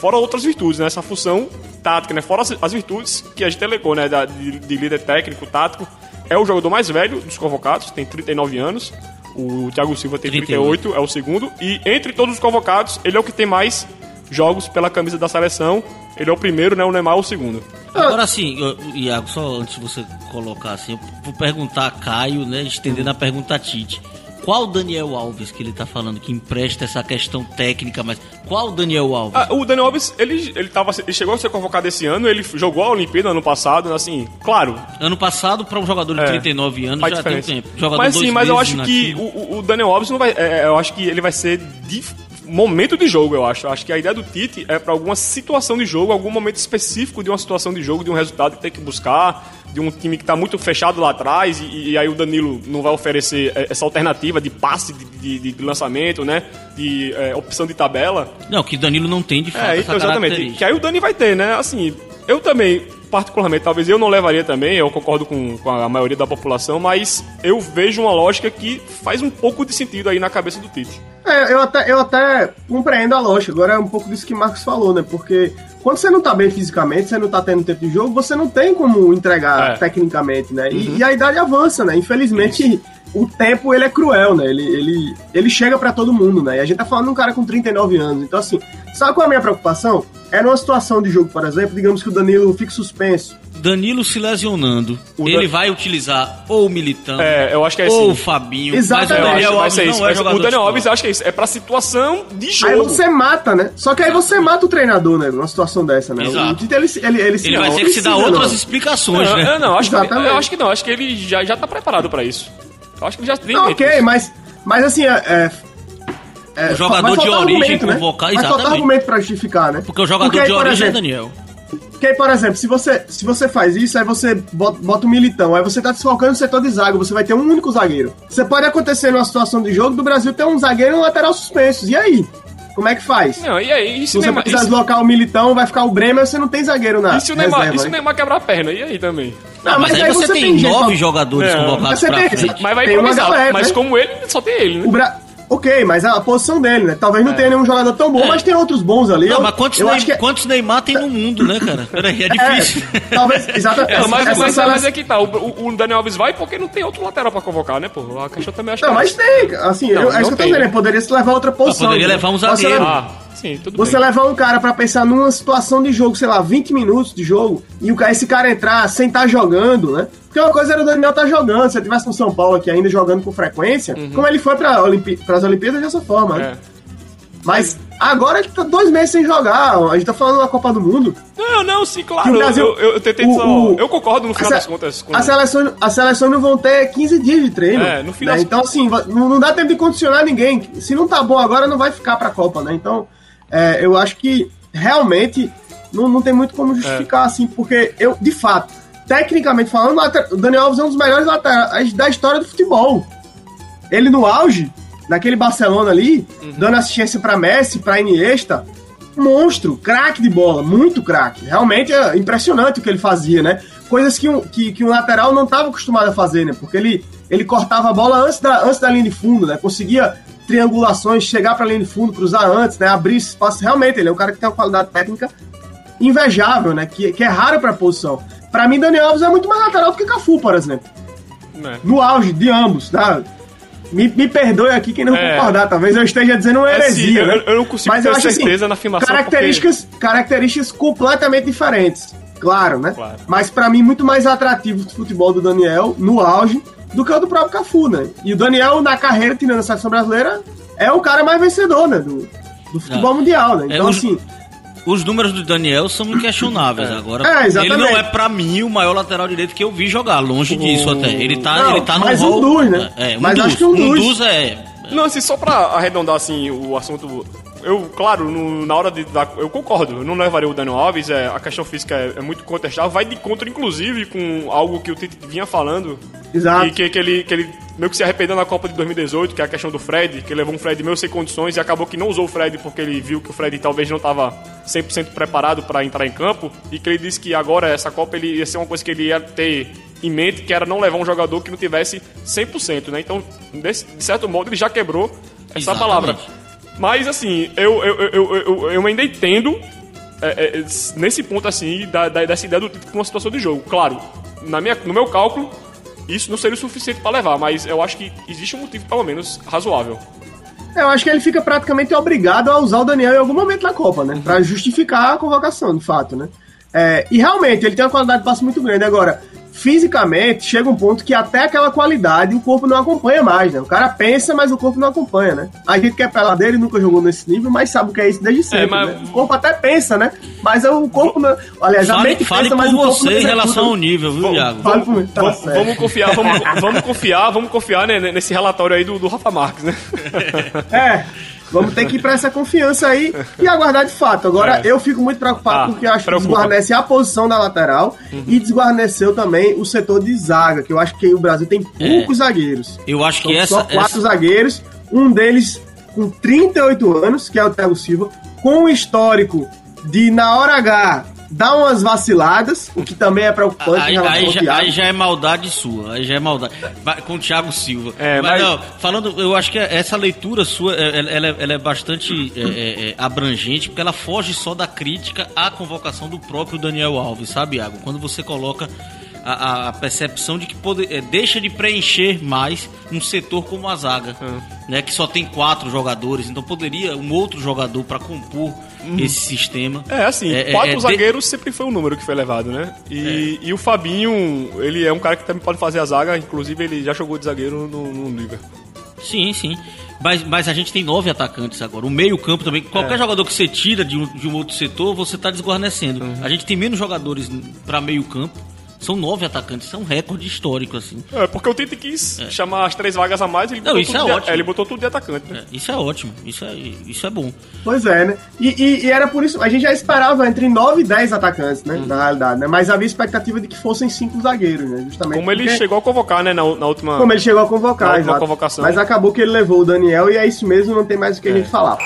fora outras virtudes, né? Essa função tática, né? Fora as, as virtudes que a gente elegou, né? Da, de, de líder técnico, tático. É o jogador mais velho dos convocados, tem trinta e nove anos. O Thiago Silva tem trinta e oito, é o segundo. E entre todos os convocados, ele é o que tem mais jogos pela camisa da seleção. Ele é o primeiro, né? O Neymar é o segundo. Agora sim, Iago, só antes de você colocar assim, eu vou perguntar a Caio, né? Estendendo a pergunta a Tite. Qual Daniel Alves que ele tá falando que empresta essa questão técnica, mas qual Daniel Alves? Ah, o Daniel Alves, ele, ele, tava, ele chegou a ser convocado esse ano, ele jogou a Olimpíada ano passado, assim, claro. Ano passado, para um jogador de é, trinta e nove anos, já diferença. tem tempo. Jogador mas sim, mas eu acho que o, o Daniel Alves não vai. É, eu acho que ele vai ser de momento de jogo, eu acho. Eu acho que a ideia do Tite é para alguma situação de jogo, algum momento específico de uma situação de jogo, de um resultado que tem que buscar, de um time que está muito fechado lá atrás, e, e aí o Danilo não vai oferecer essa alternativa de passe, de, de, de lançamento, né? De é, opção de tabela. Não, que Danilo não tem de fato é, essa então, exatamente. Que aí o Dani vai ter, né? Assim, eu também, particularmente, talvez eu não levaria também, eu concordo com, com a maioria da população, mas eu vejo uma lógica que faz um pouco de sentido aí na cabeça do Tite. É, eu até, eu até compreendo a lógica. Agora é um pouco disso que o Marcos falou, né? Porque quando você não tá bem fisicamente, você não tá tendo tempo de jogo, você não tem como entregar é. tecnicamente, né? E, uhum. e a idade avança, né? Infelizmente, Isso. o tempo, ele é cruel, né? Ele, ele, ele chega pra todo mundo, né? E a gente tá falando de um cara com trinta e nove anos. Então, assim, sabe qual é a minha preocupação? É numa situação de jogo, por exemplo, digamos que o Danilo fique suspenso. Danilo se lesionando, o ele Dan... vai utilizar ou o Militão, é, eu acho que é ou assim. o Fabinho. Exatamente. Mas o Daniel Alves vai ser isso. não é jogador o Daniel de Alves, eu acho que é isso. É pra situação de jogo. Aí você mata, né? Só que aí você mata o treinador, né? Numa situação dessa, né? Exato. O Tite, ele, ele, ele, ele vai ter que se dar outras não. explicações, não, né? Eu, não, acho que, eu acho que não. Acho que ele já, já tá preparado pra isso. Eu acho que ele já tem. Não, ok, mas, mas assim, é... É, o jogador de origem convocar, né? Exatamente. Vai faltar argumento pra justificar, né? Porque o jogador Porque aí, de origem exemplo, é Daniel. Porque aí, por exemplo, se você, se você faz isso, aí você bota, bota um Militão, aí você tá desfalcando o setor de zaga, você vai ter um único zagueiro. Você pode acontecer numa situação de jogo do Brasil ter um zagueiro e um lateral suspensos. E aí? Como é que faz? Não, e aí? E se você Neymar, precisar isso... deslocar o Militão, vai ficar o Bremer, você não tem zagueiro na E se o Neymar, reserva, e se o Neymar quebrar a perna? E aí também? Não, não mas, mas aí, aí você, você tem, tem nove gente... jogadores é. convocados pra tem, frente. Mas vai improvisar, galera, mas né? como ele, só tem ele, né? O Bra... Ok, mas a posição dele, né? Talvez não é. tenha nenhum jogador tão bom, é. mas tem outros bons ali. Não, eu, mas quantos, eu Ney... acho que... quantos Neymar tem no mundo, né, cara? Peraí, é difícil. É, talvez, exatamente. É, mas, essa, mas, essa, mas é que tá, o, o Daniel Alves vai porque não tem outro lateral pra convocar, né, pô? A questão também acho que... Não, mas tem, assim, não, eu, é isso que eu tô dizendo, poderia se levar outra posição. Poderia levar um zagueiro. Ah, sim, tudo Você bem. levar um cara pra pensar numa situação de jogo, sei lá, vinte minutos de jogo, e o, esse cara entrar sem estar tá jogando, né? Porque uma coisa era o Daniel tá jogando, se ele tivesse no São Paulo aqui ainda jogando com frequência, uhum. como ele foi pra Olimpí- pras Olimpíadas dessa forma, né? É. Mas agora ele tá dois meses sem jogar, a gente tá falando da Copa do Mundo. Não, não, sim, claro. O Brasil, eu, eu, eu tentei dizer, o, eu concordo no final das contas. Com... As seleções a seleção não vão ter quinze dias de treino. É, no final. Né? Então, assim, não, não dá tempo de condicionar ninguém. Se não tá bom agora, não vai ficar pra Copa, né? Então, é, eu acho que realmente não, não tem muito como justificar, é. assim, porque eu, de fato, tecnicamente falando, o Daniel Alves é um dos melhores laterais da história do futebol. Ele no auge, naquele Barcelona ali, uhum. dando assistência pra Messi, pra Iniesta, monstro, craque de bola, muito craque. Realmente é impressionante o que ele fazia, né? Coisas que um, que, que um lateral não estava acostumado a fazer, né? Porque ele, ele cortava a bola antes da, antes da linha de fundo, né? Conseguia triangulações, chegar pra linha de fundo, cruzar antes, né? Abrir espaço. Realmente, ele é um cara que tem uma qualidade técnica invejável, né? Que, que é raro pra posição. Pra mim, Daniel Alves é muito mais lateral do que Cafu, por exemplo. É. No auge de ambos, tá? Me, me perdoe aqui quem não é. concordar, talvez eu esteja dizendo uma heresia, é, né? eu, eu não consigo Mas ter eu acho, certeza assim, na afirmação características, porque... características completamente diferentes, claro, né? Claro. Mas pra mim, muito mais atrativo o futebol do Daniel no auge do que o do próprio Cafu, né? E o Daniel, na carreira, tirando a seleção brasileira, é o cara mais vencedor, né? Do, do futebol é. mundial, né? Então, é, assim... Os números do Daniel são inquestionáveis. É. Agora, é, ele não é, pra mim, o maior lateral direito que eu vi jogar. Longe disso, até. Ele tá, não, ele tá no mas rol... um dos, né? É, um mas dos. acho que um, um dos. dos é... Não, assim, só pra arredondar, assim, o assunto... Eu, claro, no, na hora de dar... Eu concordo, eu não levaria o Daniel Alves, é, a questão física é, é muito contestável, vai de contra, inclusive, com algo que o Tite vinha falando. Exato. E que, que, ele, que ele meio que se arrependeu na Copa de dois mil e dezoito, que é a questão do Fred, que ele levou um Fred meio sem condições e acabou que não usou o Fred porque ele viu que o Fred talvez não estava cem por cento preparado para entrar em campo, e que ele disse que agora essa Copa ele ia ser uma coisa que ele ia ter em mente, que era não levar um jogador que não tivesse cem por cento, né? Então, desse, de certo modo, ele já quebrou essa Exatamente. palavra. Mas, assim, eu, eu, eu, eu, eu ainda entendo é, é, nesse ponto, assim, da, da, dessa ideia do título com uma situação de jogo. Claro, na minha, no meu cálculo, isso não seria o suficiente para levar, mas eu acho que existe um motivo, pelo menos, razoável. Eu acho que ele fica praticamente obrigado a usar o Daniel em algum momento na Copa, né? Pra justificar a convocação, de fato, né? É, e realmente, ele tem uma qualidade de passe muito grande. Agora, fisicamente, chega um ponto que até aquela qualidade o corpo não acompanha mais, né? O cara pensa, mas o corpo não acompanha, né? A gente que é peladeiro e nunca jogou nesse nível, mas sabe o que é isso desde sempre, é, mas... né? O corpo até pensa, né? Mas o corpo não... Aliás, a mente fale pensa, mas o corpo você não em relação ao nível, viu, Iago? Fale por mim. Tá vamos, vamos confiar, vamos, vamos confiar, vamos confiar né, nesse relatório aí do, do Rafa Marques, né? É... Vamos ter que ir pra essa confiança aí e aguardar de fato. Agora, é. eu fico muito preocupado ah, porque eu acho preocupa. que desguarnece a posição da lateral uhum. e desguarneceu também o setor de zaga, que eu acho que o Brasil tem poucos é. zagueiros. Eu acho São que essa... só quatro essa... zagueiros, um deles com trinta e oito anos, que é o Thiago Silva, com um histórico de, na hora H, dar umas vaciladas, o que também é preocupante. Aí, aí, já, aí já é maldade sua, aí já é maldade. Com o Thiago Silva. É, mas, mas não, falando, eu acho que essa leitura sua, ela, ela, ela é bastante é, é, abrangente, porque ela foge só da crítica à convocação do próprio Daniel Alves, sabe, Iago? Quando você coloca a, a percepção de que pode, é, deixa de preencher mais um setor como a zaga, hum. né, que só tem quatro jogadores, então poderia um outro jogador para compor Uhum. esse sistema. É, assim, é, quatro é, zagueiros de... sempre foi o número que foi levado, né? E, é. e o Fabinho, ele é um cara que também pode fazer a zaga, inclusive ele já jogou de zagueiro no, no Liverpool. Sim, sim. Mas, mas a gente tem nove atacantes agora. O meio campo também. Qualquer é. jogador que você tira de um, de um outro setor, você está desguarnecendo. Uhum. A gente tem menos jogadores para meio campo. São nove atacantes, isso é um recorde histórico, assim. É, porque o Tite quis é. chamar as três vagas a mais, ele botou, Não, isso tudo, é de, ótimo. É, ele botou tudo de atacante, né? É, isso é ótimo, isso é, isso é bom. Pois é, né? E, e, e era por isso, a gente já esperava entre nove e dez atacantes, né? Hum. Na realidade, né? Mas havia expectativa de que fossem cinco zagueiros, né? Justamente Como ele porque... chegou a convocar, né? Na, na última... Como ele chegou a convocar, na última exato. convocação. Mas acabou que ele levou o Daniel e é isso mesmo, não tem mais o que é. a gente falar.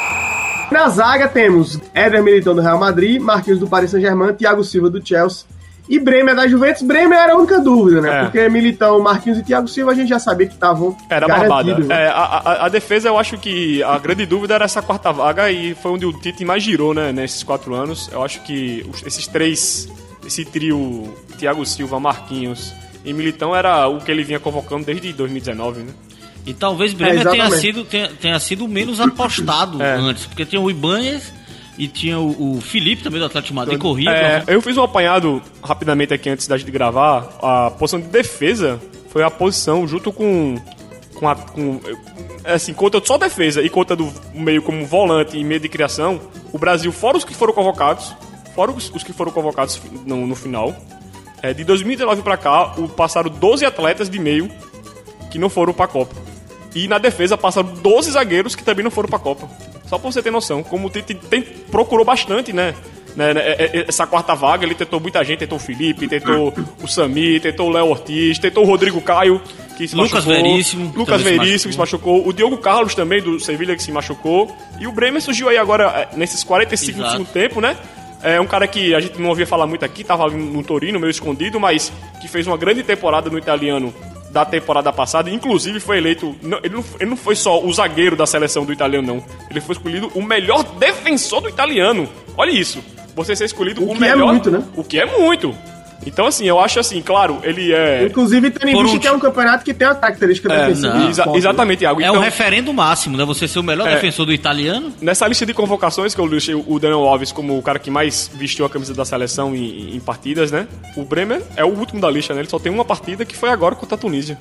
Na zaga temos Éder Militão do Real Madrid, Marquinhos do Paris Saint-Germain, Thiago Silva do Chelsea e Bremer da Juventus. Bremer era a única dúvida, né? É. Porque Militão, Marquinhos e Thiago Silva a gente já sabia que estavam Era barbada. Né? É, a, a, a defesa, eu acho que a grande dúvida era essa quarta vaga e foi onde o Tite mais girou, né? Nesses quatro anos. Eu acho que esses três, esse trio, Thiago Silva, Marquinhos e Militão era o que ele vinha convocando desde dois mil e dezenove, né? E talvez Bremer é, tenha, sido, tenha, tenha sido menos apostado é. antes, porque tinha o Ibanez e tinha o, o Felipe também do Atlético Madrid, corria. É, eu fiz um apanhado rapidamente aqui antes da gente gravar. A posição de defesa foi a posição junto com, com, a, com assim, conta só defesa e conta do meio como volante e meio de criação. O Brasil, fora os que foram convocados, fora os, os que foram convocados no, no final, é, de dois mil e dezenove pra cá, o, passaram doze atletas de meio que não foram pra Copa. E na defesa passaram doze zagueiros que também não foram pra Copa. Só pra você ter noção, como o Tite tem, procurou bastante, né? né? Essa quarta vaga, ele tentou muita gente, tentou o Felipe, tentou o Sami, tentou o Léo Ortiz, tentou o Rodrigo Caio, que se Lucas machucou. Veríssimo. Lucas Veríssimo, que se machucou. O Diogo Carlos também, do Sevilha, que se machucou. E o Bremer surgiu aí agora, nesses quarenta e cinco do segundo tempo, né? É um cara que a gente não ouvia falar muito aqui, tava no Torino, meio escondido, mas que fez uma grande temporada no italiano da temporada passada, inclusive foi eleito, não, ele, não, ele não foi só o zagueiro da seleção do italiano, não. Ele foi escolhido o melhor defensor do italiano. Olha isso. Você ser escolhido o, o melhor... O que é muito, né? O que é muito. Então, assim, eu acho assim, claro, ele é... Inclusive, tendo em vista que é um campeonato que tem uma característica é, defensiva. Exa exatamente, Iago. É então, o referendo máximo, né? Você ser o melhor é, defensor do italiano. Nessa lista de convocações, que eu deixei o Daniel Alves como o cara que mais vestiu a camisa da seleção em, em partidas, né? O Bremer é o último da lista, né? Ele só tem uma partida que foi agora contra a Tunísia.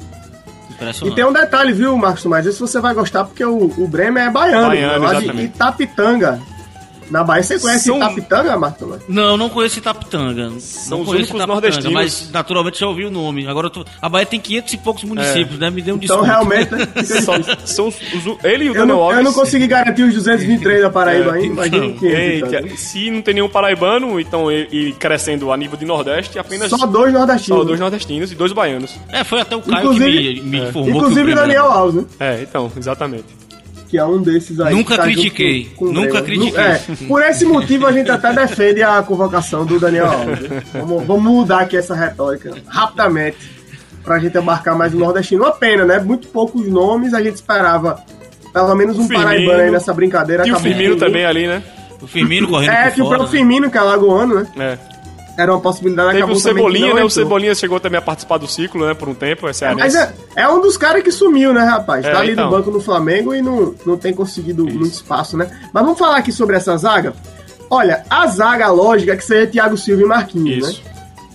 E tem um detalhe, viu, Marcos Tomás? Esse você vai gostar porque o, o Bremer é baiano. Baiano, lá de Itapitanga. Na Bahia, você conhece São... Itapitanga, Marcos Tomás? Não, não conheço Itapitanga. São não os conheço únicos Itapitanga, nordestinos. Mas naturalmente já ouvi o nome. Agora tô... a Bahia tem quinhentos e poucos municípios, é. né? Me deu um desconto. Então realmente... são, são os, os, ele e o eu Daniel não, Alves... Eu não consegui garantir os duzentos e vinte e três da Paraíba é, ainda, imagina que... Se não tem nenhum paraibano, então e crescendo a nível de Nordeste, apenas... Só dois nordestinos. Só dois nordestinos e dois baianos. É, foi até o Caio inclusive, que me, me é. informou. Inclusive o Daniel Alves, né? É, então, exatamente. Que é um desses aí. Nunca tá critiquei. Com, com Nunca critiquei. É, por esse motivo a gente até defende a convocação do Daniel Alves. Vamos, vamos mudar aqui essa retórica rapidamente pra gente abarcar mais o nordestino. Uma pena, né? Muito poucos nomes, a gente esperava pelo menos um Firmino, paraibano aí nessa brincadeira. E o Firmino também ali, né? O Firmino correndo É, por que o fora, próprio né? Firmino, que é alagoano, né? É. Era uma possibilidade, Teve acabou o Cebolinha, também que né? não O entrou. Cebolinha chegou também a participar do ciclo, né? Por um tempo, essa é, Mas é, é um dos caras que sumiu, né, rapaz? É, Tá ali então. no banco no Flamengo e não, não tem conseguido Isso. muito espaço, né? Mas vamos falar aqui sobre essa zaga. Olha, a zaga lógica é que seria Thiago Silva e Marquinhos, Isso. né?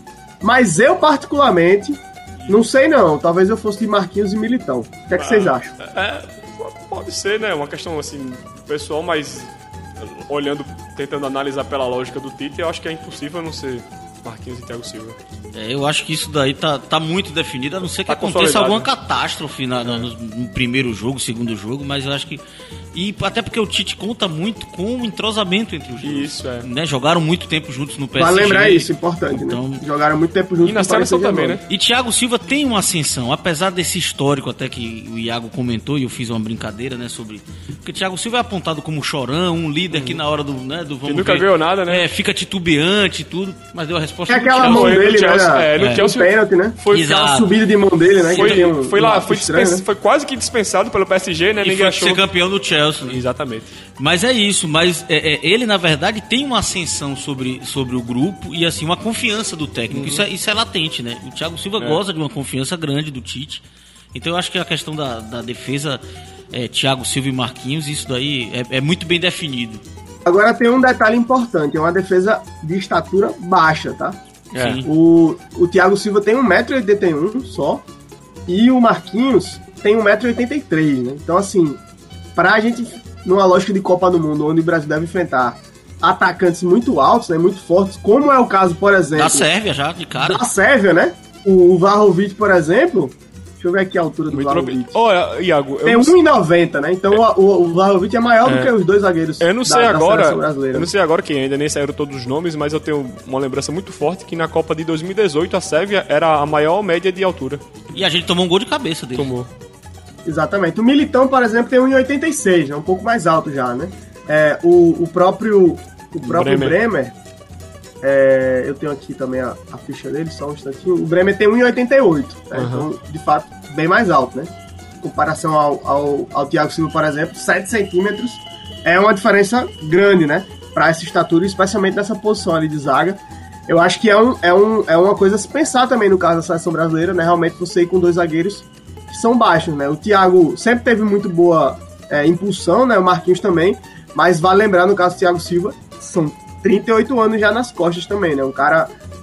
Mas eu, particularmente, não sei não. Talvez eu fosse de Marquinhos e Militão. O que é que vocês acham? É, pode ser, né? Uma questão assim, pessoal, mas olhando, tentando analisar pela lógica do Tite, eu acho que é impossível não ser Marquinhos e Thiago Silva. É, eu acho que isso daí tá, tá muito definido, a não ser que Tá aconteça consolidado, alguma né? catástrofe na, no, no primeiro jogo, segundo jogo, mas eu acho que... E até porque o Tite conta muito com o entrosamento entre os dois. Isso, é. Né? Jogaram muito tempo juntos no P S G. Vale lembrar isso, importante, Então- né? Jogaram muito tempo juntos. E na com o Paris seleção também, Saint-Germain. né? E Thiago Silva tem uma ascensão, apesar desse histórico até que o Iago comentou, e eu fiz uma brincadeira, né, sobre... Porque Thiago Silva é apontado como chorão, um líder que na hora do... Né, do vamos Que nunca ver, ganhou nada, né? É, fica titubeante e tudo, mas deu a resposta É do aquela Chelsea. mão Foi no dele, Chelsea, né? é, no É. Chelsea- O pênalti, né? Foi, Exato. Aquela subida de mão dele, né? foi, que tem um- foi um lá, lado foi, estranho, dispens- né? foi quase que dispensado pelo P S G, né? E Ninguém foi achou. ser campeão do Chelsea. Né? Exatamente. Mas é isso, mas é, é, ele na verdade tem uma ascensão sobre, sobre o grupo e assim, uma confiança do técnico, isso, é, isso é latente, né? O Thiago Silva É. goza de uma confiança grande do Tite, então eu acho que a questão da, da defesa, é, Thiago Silva e Marquinhos, isso daí é, é muito bem definido. Agora tem um detalhe importante, é uma defesa de estatura baixa, tá? É. Sim. O, o Thiago Silva tem um metro e oitenta e um só, e o Marquinhos tem um metro e oitenta e três, né? Então, assim, pra gente, numa lógica de Copa do Mundo, onde o Brasil deve enfrentar atacantes muito altos, né, muito fortes, como é o caso, por exemplo, Da Sérvia já, de cara. da Sérvia, né? O, o Vlahovic, por exemplo, deixa eu ver aqui a altura do Muito Vlahovic. Olha, Iago, eu Tem não, um e noventa, né? Então o, o, o Vlahovic é maior É. do que os dois zagueiros eu não sei da, da agora, seleção brasileira. eu não sei agora que ainda nem saíram todos os nomes, mas eu tenho uma lembrança muito forte que na Copa de dois mil e dezoito a Sérvia era a maior média de altura. E a gente tomou um gol de cabeça dele. Tomou. Exatamente. O Militão, por exemplo, tem um e oitenta e seis, é um pouco mais alto já, né? É, o, o próprio, o próprio Bremer. Bremer, é, eu tenho aqui também a, a ficha dele, só um instantinho. O Bremer tem um e oitenta e oito, né? Uhum. Então, de fato, bem mais alto, né? Em comparação ao, ao, ao Thiago Silva, por exemplo, sete centímetros é uma diferença grande, né? Para essa estatura, especialmente nessa posição ali de zaga. Eu acho que é, um, é, um, é uma coisa a se pensar também no caso da seleção brasileira, né? Realmente você ir com dois zagueiros que são baixos, né? O Thiago sempre teve muito boa é, impulsão, né? O Marquinhos também, mas vale lembrar, no caso do Thiago Silva, são trinta e oito anos já nas costas também, né? Um cara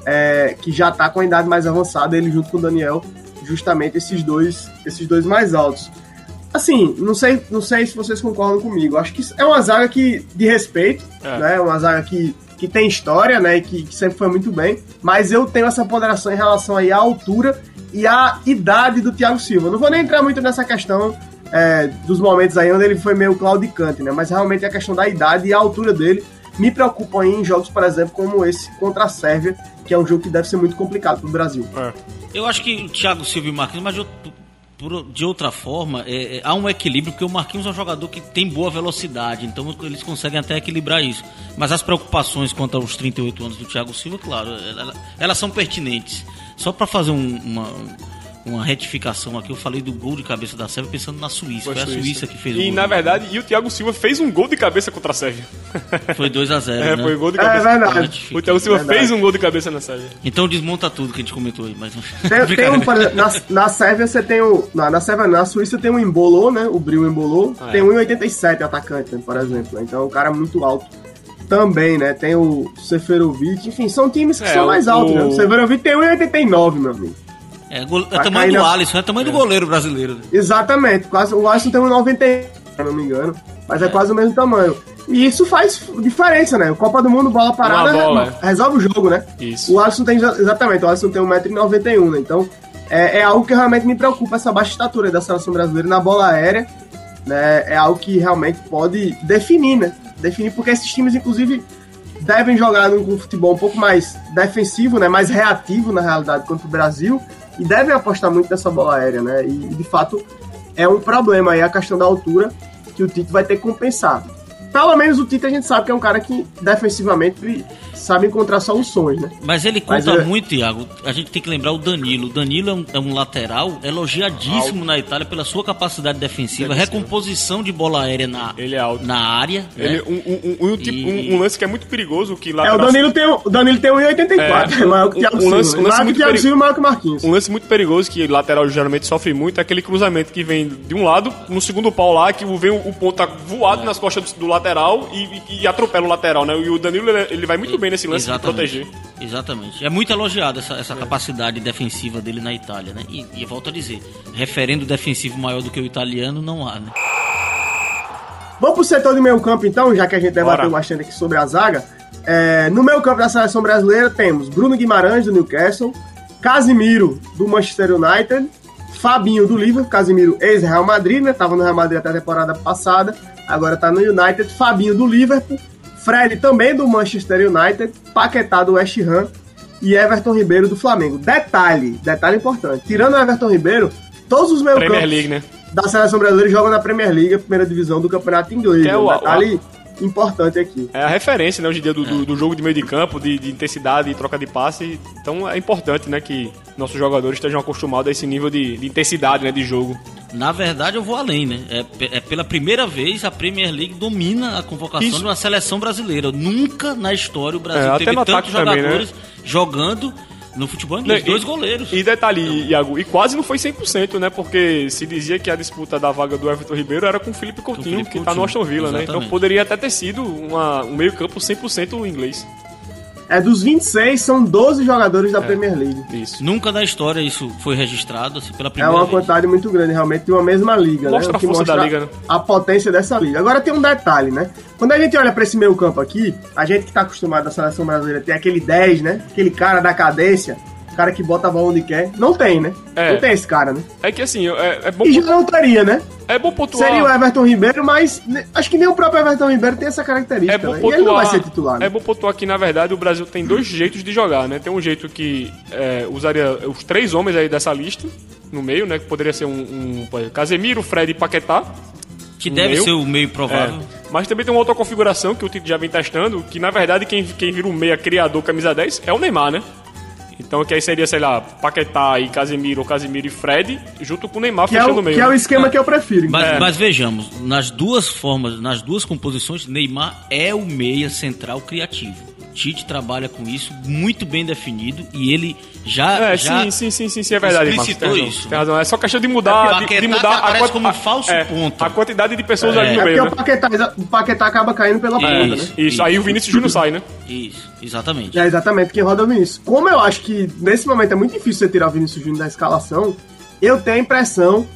é, que já tá com a idade mais avançada, ele junto com o Daniel, justamente esses dois, esses dois mais altos. Assim, não sei, não sei se vocês concordam comigo, acho que é uma zaga que, de respeito, É. né? Uma zaga que, que tem história, né? E que, que sempre foi muito bem, mas eu tenho essa ponderação em relação aí à altura e à idade do Thiago Silva. Não vou nem entrar muito nessa questão é, dos momentos aí onde ele foi meio claudicante, né? Mas realmente a questão da idade e a altura dele me preocupam aí em jogos, por exemplo, como esse contra a Sérvia, que é um jogo que deve ser muito complicado pro Brasil. É. Eu acho que o Thiago Silva e o Marquinhos, mas de, outro- por- de outra forma, é, é, há um equilíbrio, porque o Marquinhos é um jogador que tem boa velocidade, então eles conseguem até equilibrar isso. Mas as preocupações quanto aos trinta e oito anos do Thiago Silva, claro, ela- elas são pertinentes. Só para fazer um- uma, uma retificação aqui, eu falei do gol de cabeça da Sérvia pensando na Suíça. Foi, Foi a Suíça que fez o E gol. na verdade, e o Thiago Silva fez um gol de cabeça contra a Sérvia. Foi dois a zero, É, né? foi gol de É cabeça. verdade. O Thiago Silva Verdade. fez um gol de cabeça na Sérvia. Então desmonta tudo que a gente comentou aí. Mas... Tem, tem um, por exemplo, na, na Sérvia você tem o. Na, na Sérvia, na Suíça tem um Embolou, né? O Bril Embolou. Ah, tem é. um e oitenta e sete atacante, né, por exemplo. Né? Então é um cara muito alto também, né? Tem o Seferovic. Enfim, são times que É, são mais o- altos, né? O Seferovic tem um e oitenta e nove, meu amigo. É, gol... é Vai tamanho cair do na- Alisson, é tamanho do goleiro brasileiro. Né? Exatamente. Quase, o Alisson tem um noventa e um, se eu não me engano. Mas é. É. quase o mesmo tamanho. E isso faz diferença, né? O Copa do Mundo, bola parada, Uma bola, re- resolve o jogo, né? Isso. O Alisson tem, exatamente, o Alisson tem um metro e noventa e um, né? Então, é, é algo que realmente me preocupa, essa baixa estatura da seleção brasileira na bola aérea, né? É algo que realmente pode definir, né? Definir, porque esses times, inclusive, devem jogar num futebol um pouco mais defensivo, né? Mais reativo, na realidade, contra o Brasil, e devem apostar muito nessa bola aérea, né? E, de fato, é um problema aí a questão da altura que o Tite vai ter que compensar. pelo menos o Tite a gente sabe que é um cara que defensivamente sabe encontrar soluções, né? Mas ele conta Mas, muito, Iago. A gente tem que lembrar o Danilo. O Danilo é um, é um lateral elogiadíssimo alto na Itália pela sua capacidade defensiva, defensiva. recomposição de bola aérea na, ele é alto. na área. Ele, né? um, um, um, um, tipo, e... um, um lance que é muito perigoso. Que é, o Danilo tem, o Danilo tem um e oitenta e quatro, é, é maior que o Thiago Silva. Um lance, um lance maior que o Thiago Silva e maior que o Marquinhos. Um lance muito perigoso que lateral geralmente sofre muito é aquele cruzamento que vem de um lado, no segundo pau lá, que vem o, o ponta voado é. nas costas do, do lateral e, e, e atropela o lateral, né? E o Danilo, ele, ele vai muito e, bem nesse lance exatamente. de proteger. Exatamente. É muito elogiado essa, essa é. capacidade defensiva dele na Itália, né? E, e volto a dizer, referendo defensivo maior do que o italiano, não há, né? Vamos pro setor de meio campo, então, já que a gente debateu bastante aqui sobre a zaga. É, no meio campo da seleção brasileira temos Bruno Guimarães, do Newcastle, Casemiro, do Manchester United, Fabinho, do Liverpool, Casemiro, ex-Real Madrid, né? Tava no Real Madrid até a temporada passada, agora tá no United, Fabinho, do Liverpool, Fred, também do Manchester United, Paquetá, do West Ham e Everton Ribeiro, do Flamengo. Detalhe, detalhe importante, tirando o Everton Ribeiro, todos os meio Premier campos League, né? da seleção brasileira jogam na Premier League, a primeira divisão do campeonato inglês. Que é o, detalhe o, importante aqui. É a referência, né, hoje em dia do, do, do jogo de meio de campo, de, de intensidade e troca de passe. Então é importante, né, que nossos jogadores estejam acostumados a esse nível de, de intensidade, né, de jogo. Na verdade, eu vou além, né? É, é pela primeira vez a Premier League domina a convocação Isso. de uma seleção brasileira. Nunca na história o Brasil é, teve tantos jogadores também, né? jogando no futebol inglês, dois goleiros. E detalhe, então, Iago, e quase não foi cem por cento, né? Porque se dizia que a disputa da vaga do Everton Ribeiro era com o Felipe Coutinho, Felipe que Coutinho, tá no Aston Villa, exatamente. né? Então poderia até ter sido uma, um meio campo cem por cento inglês. É, dos vinte e seis, são doze jogadores da é, Premier League. Isso. Nunca na história isso foi registrado, assim, pela primeira vez. É uma vez. quantidade muito grande, realmente, de uma mesma liga. Mostra né? a força mostra da liga, né? A potência dessa liga. Agora tem um detalhe, né? Quando a gente olha pra esse meio campo aqui, a gente que tá acostumado à seleção brasileira tem aquele dez, né? Aquele cara da cadência, cara que bota a bola onde quer. Não tem, né? É. Não tem esse cara, né? É que assim, é, é bom... E já não teria, né? É bom pontuar... Seria o Everton Ribeiro, mas acho que nem o próprio Everton Ribeiro tem essa característica, é bom né? pontuar... E ele não vai ser titular, né? É bom pontuar que, na verdade, o Brasil tem dois jeitos de jogar, né? Tem um jeito que é, usaria os três homens aí dessa lista, no meio, né? Que poderia ser um... um Casemiro, Fred e Paquetá. Que deve meio. ser o meio provável. É. Mas também tem uma outra configuração que o Tite já vem testando, que, na verdade, quem, quem vira o meia criador camisa dez é o Neymar, né? Então que aí seria, sei lá, Paquetá e Casemiro, ou Casemiro e Fred, junto com o Neymar que fechando é o, o meio. Que é o esquema ah, que eu prefiro. Mas, é. mas vejamos, nas duas formas, nas duas composições, Neymar é o meia central criativo. Tite trabalha com isso, muito bem definido, e ele já, é, já sim, sim, sim, sim, sim, é verdade. explicitou Marcos, isso. Tem razão, é só questão de mudar, é de, de mudar a, a, como um falso é, ponto. a quantidade de pessoas é. ali no é meio, né? Porque o Paquetá, o Paquetá acaba caindo pela ponta, né? Isso, isso, aí o Vinícius Júnior sai, né? Isso, exatamente. É exatamente quem roda o Vinícius. Como eu acho que nesse momento é muito difícil você tirar o Vinícius Júnior da escalação, eu tenho a impressão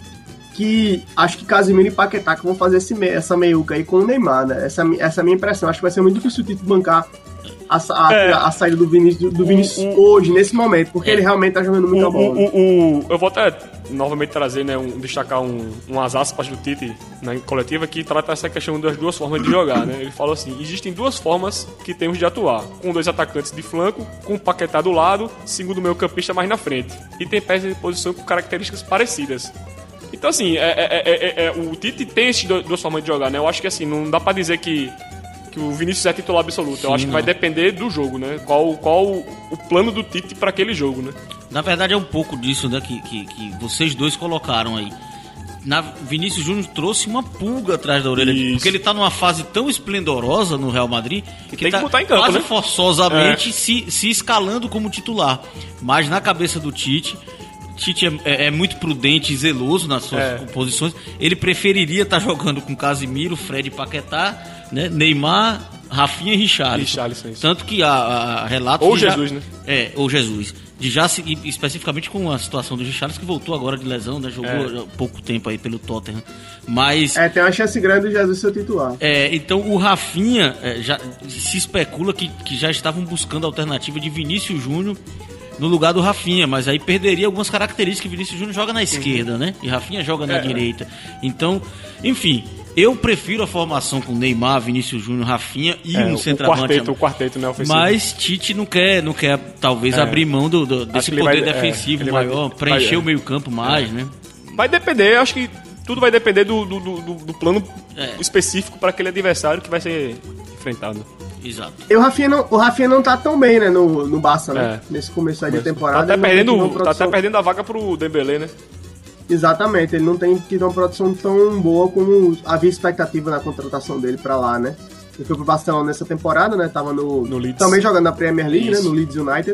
que acho que Casemiro e Paquetá que vão fazer esse me- essa meiuca aí com o Neymar, né? Essa, essa é a minha impressão. Acho que vai ser muito difícil o Tite bancar a, a, é. a, a saída do Vinícius, do Vinícius o, o, hoje, nesse momento, porque é. ele realmente tá jogando muita o, bola. O, o, o, eu vou até novamente trazer, né, um, destacar um, umas aspas do Tite na coletiva que trata essa questão das duas formas de jogar, né? Ele falou assim, existem duas formas que temos de atuar, com dois atacantes de flanco, com o Paquetá do lado, segundo meio campista mais na frente, e tem peças de posição com características parecidas. Então, assim, é, é, é, é, o Tite tem essas duas formas de jogar, né? Eu acho que, assim, não dá pra dizer que que o Vinícius é titular absoluto. Sim, eu acho que não. vai depender do jogo, né? Qual, qual o plano do Tite para aquele jogo, né? Na verdade é um pouco disso, né, que, que, que vocês dois colocaram aí. Na, Vinícius Júnior trouxe uma pulga atrás da orelha, Isso. porque ele tá numa fase tão esplendorosa no Real Madrid que, que tem tá que botar em campo, quase né? forçosamente é. se, se escalando como titular. Mas na cabeça do Tite... Tite é, é, é muito prudente e zeloso nas suas é. posições. Ele preferiria estar tá jogando com Casemiro, Fred e Paquetá, né? Neymar, Rafinha e Richarlison. Richarlison, isso. Tanto que a, a relatos... Ou Jesus, já, né? É, ou Jesus. De já se, especificamente com a situação do Richarlison, que voltou agora de lesão, né? Jogou é. pouco tempo aí pelo Tottenham. Mas... É, tem uma chance grande de Jesus ser titular. É, então o Rafinha, é, já, se especula que, que já estavam buscando a alternativa de Vinícius Júnior no lugar do Rafinha, mas aí perderia algumas características que Vinícius Júnior joga na esquerda, né? E Rafinha joga na é. direita. Então, enfim, eu prefiro a formação com Neymar, Vinícius Júnior, Rafinha e é, um centroavante. O quarteto, o quarteto, né? Ofensivo. Mas Tite não quer, não quer talvez é. abrir mão do, do, desse poder vai, defensivo é, maior, vai, preencher vai, o meio campo mais, é. né? Vai depender, acho que tudo vai depender do, do, do, do plano É. específico para aquele adversário que vai ser enfrentado. Exato. E o Rafinha não, o Rafinha não tá tão bem, né, no, no Barça, né? É. Nesse começo aí de Tá temporada. até, ele não tem perdendo, tido uma tá até produção- perdendo a vaga pro Dembélé, né? Exatamente, ele não tem tido uma produção tão boa como havia expectativa na contratação dele pra lá, né? Ele foi pro Barcelona nessa temporada, né? Tava no, No Leeds. também jogando na Premier League, Isso. né? No Leeds United.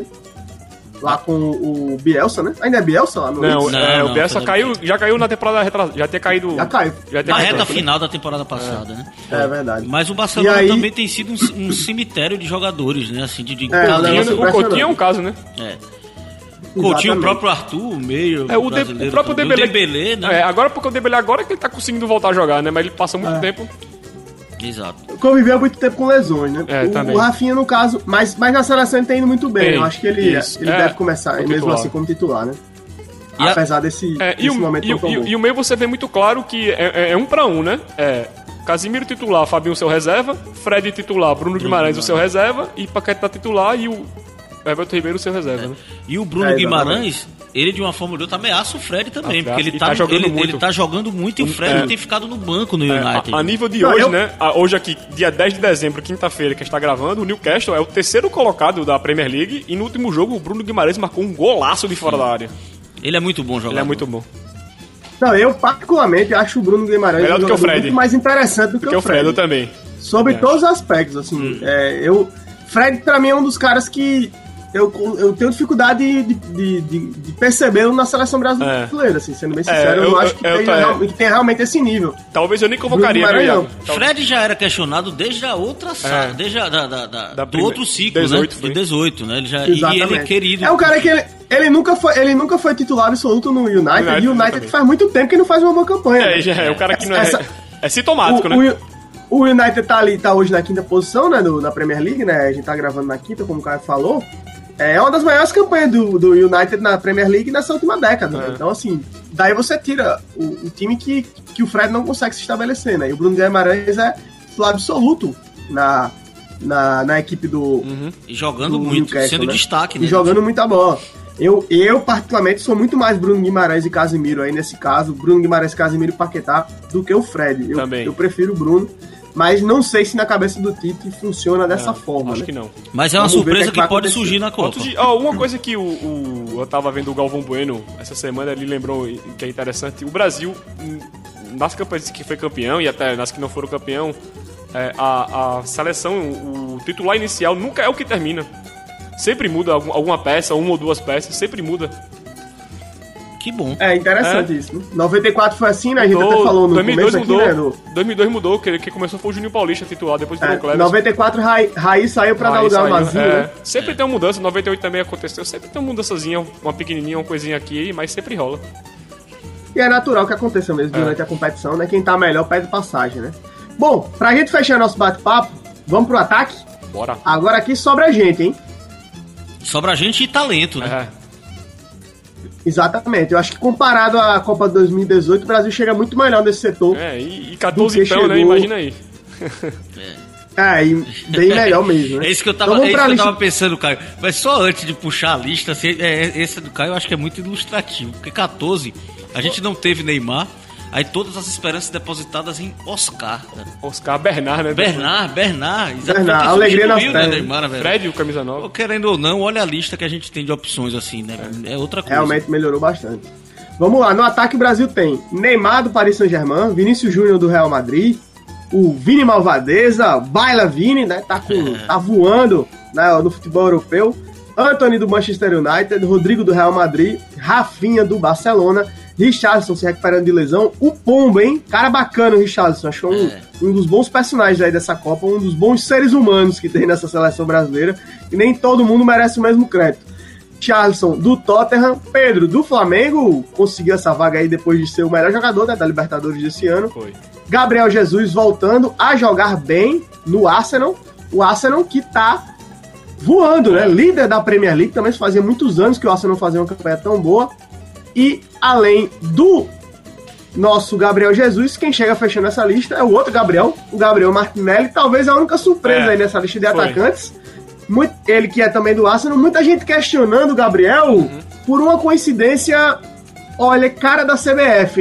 Lá com o Bielsa, né? Ainda é Bielsa lá no Não, Leeds? Não, é, não, o Bielsa foi- caiu, já caiu na temporada retrasada, já tinha caído... Já caiu. Já tinha Na caído. reta final da temporada passada, né? É verdade. Mas o Barcelona E aí- também tem sido um, um cemitério de jogadores, né? Assim, de, de É, talento. o negócio O Coutinho é um caso, né? É. Coutinho, o Exatamente. próprio Arthur, o meio É, o, de, brasileiro o próprio também. Dembélé... O Dembélé, né? É, agora porque o Dembélé agora que ele tá conseguindo voltar a jogar, né? Mas ele passa muito É. tempo... Exato. Conviveu muito tempo com lesões, né? É, o, também. o Rafinha, no caso, mas, mas na seleção ele tá indo muito bem. Tem, Eu acho que ele, isso. ele É, deve começar, como mesmo titular. assim, como titular, né? E a- Apesar desse, É, desse e, o, momento e, tão o- tão e, o- bom. e o meio você vê muito claro que é, é- é um pra um, né? É Casimiro titular, Fabinho seu reserva, Fred titular, Bruno Guimarães o seu reserva, e Paquetá titular e o Everton Ribeiro o seu reserva, né? E o Bruno É, Guimarães, ele de uma forma ou de outra ameaça o Fred também, Ameaça. porque ele E tá, tá jogando ele, muito. ele tá jogando muito e o Fred É. tem ficado no banco no É, United. a, a nível de Não, hoje, eu- né? a- hoje aqui, dia dez de dezembro, quinta-feira, que a gente tá gravando, o Newcastle é o terceiro colocado da Premier League e no último jogo o Bruno Guimarães marcou um golaço de fora da área. Ele é muito bom jogador. Ele é muito bom. Não, eu particularmente acho o Bruno Guimarães Melhor um do que o jogador Fred. muito mais interessante do que, Porque o Fred eu também. Sobre É. todos os aspectos, assim. É, eu, Fred, pra mim, é um dos caras que eu, eu tenho dificuldade de, de, de, de percebê-lo na seleção brasileira, assim, sendo bem sincero. eu, eu- não acho eu- que, eu tenha, tô- é. real- que tenha realmente esse nível. Talvez eu nem convocaria, Bruno meu Guimarães, Iago. não. Tal- Fred já era questionado desde a outra sala, desde a, da, da, da- Da do prime- outro ciclo, dezoito, né? foi. De dezoito, né? Ele já, e Exatamente. ele é querido. É um cara que ele, ele, nunca foi, ele nunca foi titular absoluto no United, United, e o United exatamente. faz muito tempo que não faz uma boa campanha. É, né? já é o cara que não é... Essa- É sintomático, o, né? o, o United tá ali, tá hoje na quinta posição, né, no- na Premier League, né? A gente tá gravando na quinta, como o cara falou. É uma das maiores campanhas do, do United na Premier League nessa última década, né? É. Então, assim, daí você tira o, o time que, que o Fred não consegue se estabelecer, né? E o Bruno Guimarães é titular absoluto na, na, na equipe do, Uhum. E jogando do muito, Newcastle, sendo né? destaque, e né? jogando muita bola. Eu, eu, particularmente, sou muito mais Bruno Guimarães e Casemiro aí nesse caso, Bruno Guimarães, Casemiro e Paquetá, do que o Fred. Eu, Também. eu prefiro o Bruno, mas não sei se na cabeça do Tite funciona dessa Não, forma, Acho né? que não. Mas é uma Vamos ver o surpresa que é que que, vai pode acontecer. surgir na Copa. Outro dia- ó, uma coisa que o, o- eu tava vendo o Galvão Bueno essa semana, ele lembrou que é interessante. O Brasil, hum, nas campanhas que foi campeão e até nas que não foram campeão, é, a, a seleção, o titular inicial nunca é o que termina. Sempre muda algum- alguma peça, uma ou duas peças, sempre muda. Que bom. É interessante É. isso, né? noventa e quatro foi assim, né? A gente Mudou, até falou no dois mil e dois começo aqui, mudou. né? No, dois mil e dois mudou, que, que começou foi o Juninho Paulista titular, depois entrou é, o Cleverson. noventa e quatro, Raí, Raí saiu pra dar Aí lugar ao saiu, vazio, é. né? Sempre tem uma mudança, noventa e oito também aconteceu, sempre tem uma mudançazinha, uma pequenininha, uma coisinha aqui, mas sempre rola. E é natural que aconteça mesmo É. durante a competição, né? Quem tá melhor pede passagem, né? Bom, pra gente fechar nosso bate-papo, vamos pro ataque? Bora. Agora aqui sobra a gente, hein? Sobra gente e talento, né? É. Exatamente. Eu acho que comparado à Copa de dois mil e dezoito, o Brasil chega muito melhor nesse setor. É, e, e catorze Do que então, né? chegou- Imagina aí. É, e bem melhor mesmo, né? É isso que eu tava, Então é vamos isso pra que eu lista- tava pensando, Caio. Mas só antes de puxar a lista, assim, é, esse do Caio eu acho que é muito ilustrativo. Porque catorze, a gente não teve Neymar, aí todas as esperanças depositadas em Oscar. Né? Oscar Bernard, né? Bernard, Bernard. Exatamente. Bernard, que alegria nas substituiu, né, pernas. Neymar, na verdade. Fred, o camisa nova. Pô, querendo ou não, olha a lista que a gente tem de opções, assim, né? É, outra coisa. Realmente melhorou bastante. Vamos lá, no ataque o Brasil tem Neymar do Paris Saint-Germain, Vinícius Júnior do Real Madrid, o Vini Malvadeza, Baila Vini, né? Tá, com, tá voando, né, no futebol europeu. Antony do Manchester United, Rodrigo do Real Madrid, Rafinha do Barcelona, Richarlison se recuperando de lesão, o Pombo, hein? Cara bacana o Richarlison, achou um, É. um dos bons personagens aí dessa Copa, um dos bons seres humanos que tem nessa seleção brasileira, e nem todo mundo merece o mesmo crédito. Richarlison do Tottenham, Pedro do Flamengo, conseguiu essa vaga aí depois de ser o melhor jogador, né, da Libertadores desse ano. Foi. Gabriel Jesus voltando a jogar bem no Arsenal, o Arsenal que tá voando, né? Líder da Premier League, também fazia muitos anos que o Arsenal não fazia uma campanha tão boa. E além do nosso Gabriel Jesus, quem chega fechando essa lista é o outro Gabriel, o Gabriel Martinelli, talvez a única surpresa É, aí nessa lista de foi. atacantes. Muito, ele que é também do Arsenal, muita gente questionando o Gabriel Uhum. por uma coincidência, olha, cara da C B F, hein?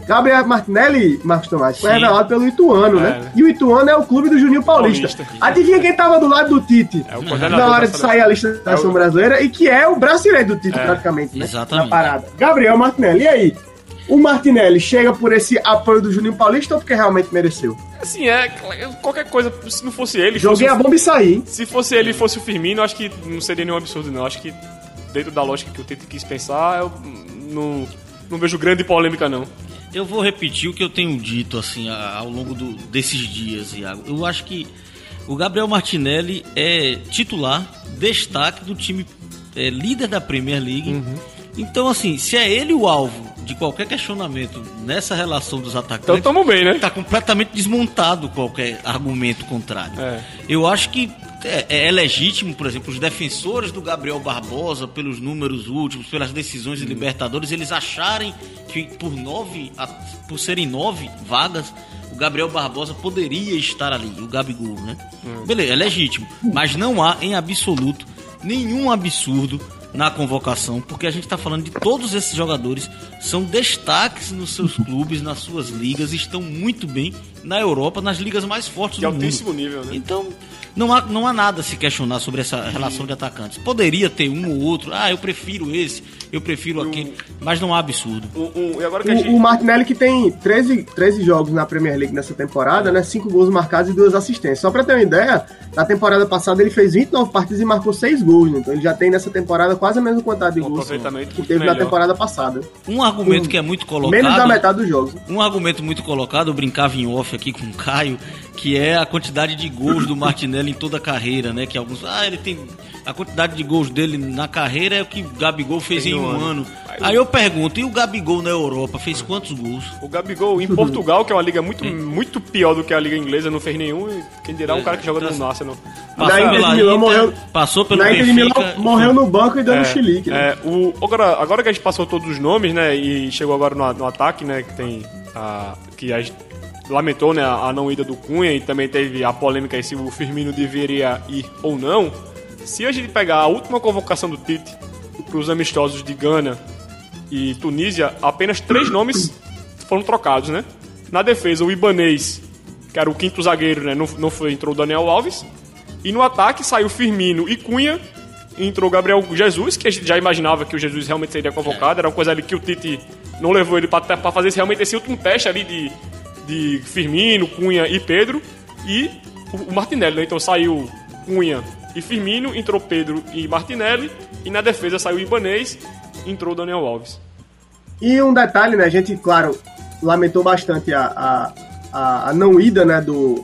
Gabriel Martinelli, Marcos Tomás, foi revelado pelo Ituano, é, né? né? E o Ituano é o clube do Juninho Paulista. Paulista. Adivinha quem tava do lado do Tite? É o na hora de sair a lista da seleção é o... brasileira e que é o braço direito do Tite, é. praticamente, né? Exatamente. Na parada. Gabriel Martinelli, e aí? O Martinelli chega por esse apoio do Juninho Paulista ou porque realmente mereceu? Assim, é, qualquer coisa, se não fosse ele... Joguei fosse, a bomba e saí. Se fosse ele e fosse o Firmino, acho que não seria nenhum absurdo, não. Acho que dentro da lógica que o Tite quis pensar, eu não, não vejo grande polêmica, não. Eu vou repetir o que eu tenho dito, assim, ao longo do, desses dias, Iago. Eu acho que o Gabriel Martinelli é titular, destaque do time é, líder da Premier League. Uhum. Então, assim, se é ele o alvo de qualquer questionamento nessa relação dos atacantes... Então tamo bem, né? Tá completamente desmontado qualquer argumento contrário. É. Eu acho que é, é legítimo, por exemplo, os defensores do Gabriel Barbosa, pelos números últimos, pelas decisões de hum. Libertadores, eles acharem que por nove, por serem nove vagas, o Gabriel Barbosa poderia estar ali, o Gabigol, né? Hum. Beleza, é legítimo. Mas não há, em absoluto, nenhum absurdo na convocação, porque a gente está falando de todos esses jogadores, são destaques nos seus clubes, nas suas ligas, estão muito bem na Europa, nas ligas mais fortes de do mundo. De altíssimo nível, né? Então, não há, não há nada a se questionar sobre essa relação de atacantes. Poderia ter um ou outro, ah, eu prefiro esse, eu prefiro um, aquele, mas não há absurdo. Um, um, e agora que o, a gente... o Martinelli que tem treze, treze jogos na Premier League nessa temporada, né, cinco gols marcados e duas assistências. Só para ter uma ideia, na temporada passada ele fez vinte e nove partidas e marcou seis gols, né? Então ele já tem nessa temporada quase a mesma quantidade de um gols que teve melhor na temporada passada. Um argumento um, que é muito colocado... Menos da metade dos jogos. Um argumento muito colocado, eu brincava em off aqui com o Caio, que é a quantidade de gols do Martinelli em toda a carreira, né? Que alguns... Ah, ele tem... A quantidade de gols dele na carreira é o que o Gabigol fez tem em um ano. ano. Aí eu pergunto, e o Gabigol na Europa fez quantos gols? O Gabigol em Portugal, que é uma liga muito, muito pior do que a liga inglesa, não fez nenhum. E quem dirá um cara que joga então, no Arsenal. Passou pela Inter, morreu, passou pelo Benfica. Milão, morreu no banco e dando é, chilique. Né? É, o, agora, agora que a gente passou todos os nomes, né? E chegou agora no, no ataque, né? Que tem a... Que a gente lamentou, né, a não ida do Cunha e também teve a polêmica aí se o Firmino deveria ir ou não. Se a gente pegar a última convocação do Tite para os amistosos de Gana e Tunísia, apenas três nomes foram trocados, né? Na defesa, o Ibanez, que era o quinto zagueiro, né, não, não foi, entrou o Daniel Alves. E no ataque saiu Firmino e Cunha, e entrou o Gabriel Jesus, que a gente já imaginava que o Jesus realmente seria convocado. Era uma coisa ali que o Tite não levou ele para fazer realmente esse último teste ali de... de Firmino, Cunha e Pedro, e o Martinelli, né? Então saiu Cunha e Firmino, entrou Pedro e Martinelli, e na defesa saiu Ibanez, entrou Daniel Alves. E um detalhe, né? A gente, claro, lamentou bastante a, a, a, a não ida, né, do...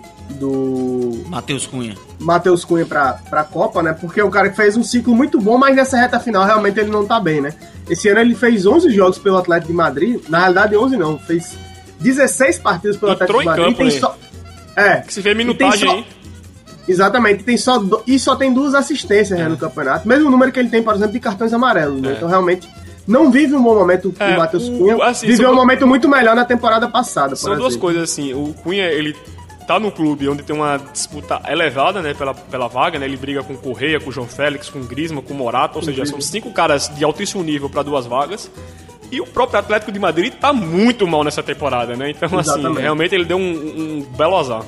do Matheus Cunha. Matheus Cunha pra, pra Copa, né? Porque é um cara que fez um ciclo muito bom, mas nessa reta final realmente ele não tá bem, né? Esse ano ele fez onze jogos pelo Atlético de Madrid, na realidade onze não, fez dezesseis partidas pelo Entrou Atlético de Madrid. Campo, tem só... É. Que se vê minutagem só... aí. Exatamente. Tem só do... E só tem duas assistências é. né, no campeonato. Mesmo número que ele tem, por exemplo, de cartões amarelos. Né? É. Então, realmente, não vive um bom momento é, o Matheus Cunha. Assim, viveu um do... momento muito melhor na temporada passada. São duas coisas, assim. O Cunha, ele tá no clube onde tem uma disputa elevada, né, pela, pela vaga, né? Ele briga com o Correia, com o João Félix, com o Griezmann, com o Morata. Ou seja, são cinco caras de altíssimo nível para duas vagas. E o próprio Atlético de Madrid tá muito mal nessa temporada, né? Então, Exatamente. assim, realmente ele deu um, um belo azar.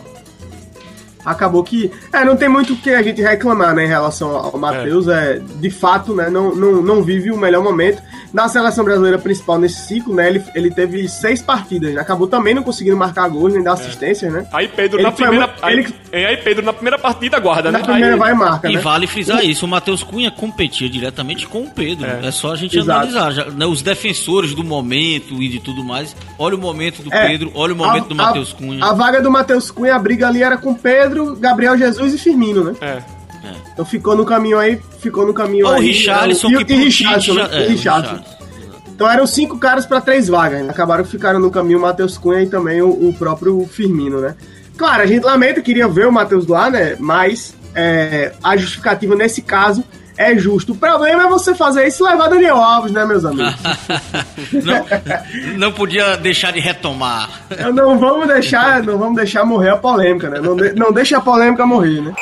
Acabou que... É, não tem muito o que a gente reclamar, né, em relação ao Matheus. É. É, de fato, né, não, não, não vive o melhor momento. Na seleção brasileira principal, nesse ciclo, né, ele, ele teve seis partidas. Né, acabou também não conseguindo marcar gols, nem dar assistência, é. né? Aí Pedro ele na primeira... Muito, aí, ele... aí Pedro na primeira partida guarda, na né? Na primeira aí... vai e marca, E né? vale frisar o... isso, o Matheus Cunha competia diretamente com o Pedro. É, é só a gente Exato. analisar. Já, né, os defensores do momento e de tudo mais. Olha o momento do é, Pedro, olha o momento a, do Matheus Cunha. A vaga do Matheus Cunha, a briga ali era com Pedro, Gabriel Jesus Jesus e Firmino, né? É. Então ficou no caminho aí, ficou no caminho Ou aí. O Richarlison, e, que e Richarlison, né? é, Richarlison. Então eram cinco caras para três vagas. Né? Acabaram que ficaram no caminho o Matheus Cunha e também o, o próprio Firmino, né? Claro, a gente lamenta, queria ver o Matheus lá, né? Mas é, a justificativa nesse caso é justo. O problema é você fazer isso e levar Daniel Alves, né, meus amigos? não, não podia deixar de retomar. Não vamos deixar, não vamos deixar morrer a polêmica, né? Não, de, não deixa a polêmica morrer, né?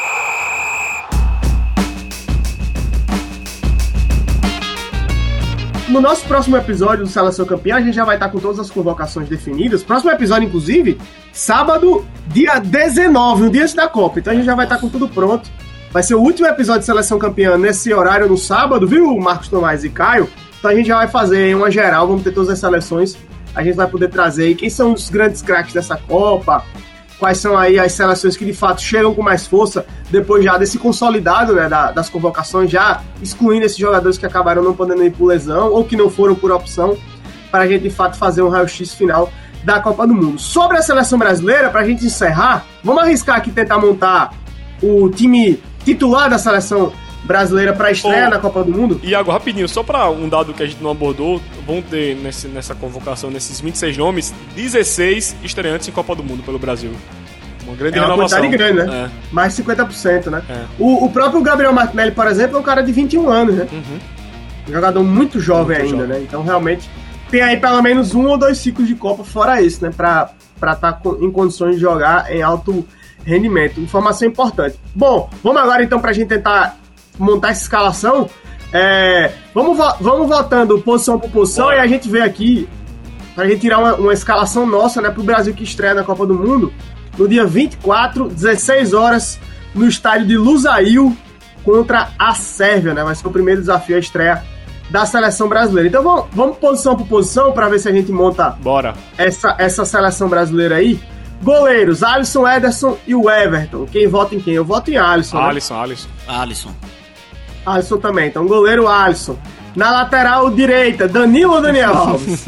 no nosso próximo episódio do Seleção Campeã, a gente já vai estar com todas as convocações definidas. Próximo episódio, inclusive, sábado, dia dezenove, um dia antes da Copa. Então a gente já vai estar com tudo pronto. Vai ser o último episódio de Seleção Campeã nesse horário no sábado, viu, Marcos Tomás e Caio? Então a gente já vai fazer uma geral, vamos ter todas as seleções. A gente vai poder trazer aí quem são os grandes craques dessa Copa, quais são aí as seleções que de fato chegam com mais força depois já desse consolidado, né, da, das convocações, já excluindo esses jogadores que acabaram não podendo ir por lesão ou que não foram por opção, para a gente de fato fazer um raio-x final da Copa do Mundo. Sobre a seleção brasileira, para a gente encerrar, vamos arriscar aqui tentar montar o time titular da seleção brasileira para estreia oh, na Copa do Mundo. Iago, rapidinho, só para um dado que a gente não abordou, vão ter nesse, nessa convocação, nesses vinte e seis nomes, dezesseis estreantes em Copa do Mundo pelo Brasil. Uma grande é uma renovação. quantidade grande, né? É. Mais de cinquenta por cento, né? É. O, o próprio Gabriel Martinelli, por exemplo, é um cara de vinte e um anos, né? Uhum. Um jogador muito jovem muito ainda, jovem. né? Então, realmente, tem aí pelo menos um ou dois ciclos de Copa fora esse, né? Para estar tá em condições de jogar em alto rendimento. Informação importante. Bom, vamos agora então para a gente tentar montar essa escalação. É, vamos, vamos voltando posição por posição. Bora. E a gente vê aqui, para a gente tirar uma, uma escalação nossa, né? Para o Brasil que estreia na Copa do Mundo, no dia vinte e quatro, dezesseis horas, no estádio de Lusail, contra a Sérvia, né? Vai ser o primeiro desafio à estreia da seleção brasileira. Então vamos, vamos posição por posição para ver se a gente monta Bora. Essa, essa seleção brasileira aí. Goleiros, Alisson, Ederson e o Everton. Quem vota em quem? Eu voto em Alisson. Alisson, né? Alisson. Alisson. Alisson também. Então, goleiro Alisson. Na lateral direita, Danilo ou Daniel Alves?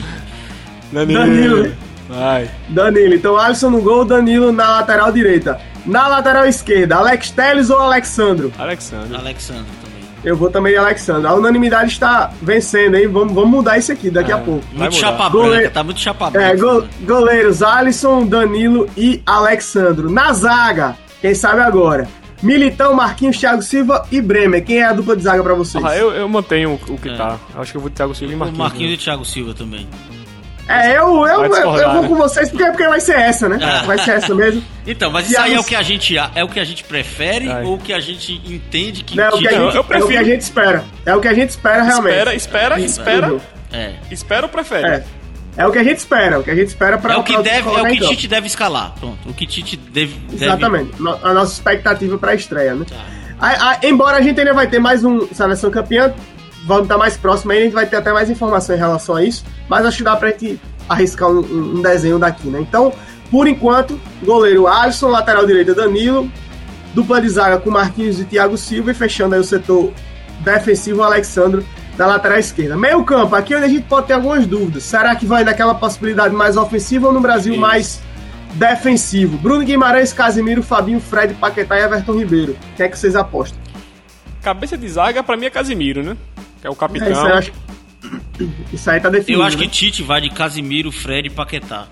Danilo. Danilo. Vai. Danilo. Então, Alisson no gol, Danilo na lateral direita. Na lateral esquerda, Alex Telles ou Alexandro? Alexandro. Alexandro também. Eu vou também de Alexandro. A unanimidade está vencendo, hein? Vamos, vamos mudar isso aqui daqui é, a pouco. Muito chapa branca, Goleiro... tá muito chapa branca. É, go... goleiros Alisson, Danilo e Alexandro. Na zaga, quem sabe agora? Militão, Marquinhos, Thiago Silva e Bremer. Quem é a dupla de zaga pra vocês? Ah, eu, eu mantenho o que é. tá. Acho que eu vou de Thiago Silva e Marquinhos. O Marquinhos né? e Thiago Silva também. É, eu, eu, eu, eu vou com vocês porque, porque vai ser essa, né? É. Vai ser essa mesmo. Então, mas isso aí é o que a gente, é o que a gente prefere Ai. ou o que a gente entende que... Não, é o que a gente, eu prefiro. É o que a gente espera. É o que a gente espera realmente. Espera, espera, espera. É. Espera ou prefere? É. É o que a gente espera, o que a gente espera para É o que deve, é o que Tite deve escalar. Pronto, o que Tite deve, deve... Exatamente. A nossa expectativa para a estreia, né? Tá. A, a, embora a gente ainda vai ter mais um Seleção Campeã, vamos estar mais próximo aí, a gente vai ter até mais informação em relação a isso, mas acho que dá pra gente arriscar um, um desenho daqui, né? Então, por enquanto, goleiro Alisson, lateral direita Danilo, dupla de zaga com Marquinhos e Thiago Silva, e fechando aí o setor defensivo, Alexandro da lateral esquerda. Meio campo, aqui onde a gente pode ter algumas dúvidas. Será que vai naquela possibilidade mais ofensiva ou no Brasil Isso. mais defensivo? Bruno Guimarães, Casemiro, Fabinho, Fred, Paquetá e Everton Ribeiro. O que é que vocês apostam? Cabeça de zaga, pra mim, é Casemiro, né? Que é o capitão. É, isso, aí acho... isso aí tá definido. Eu acho né? que Tite vai de Casemiro, Fred e Paquetá.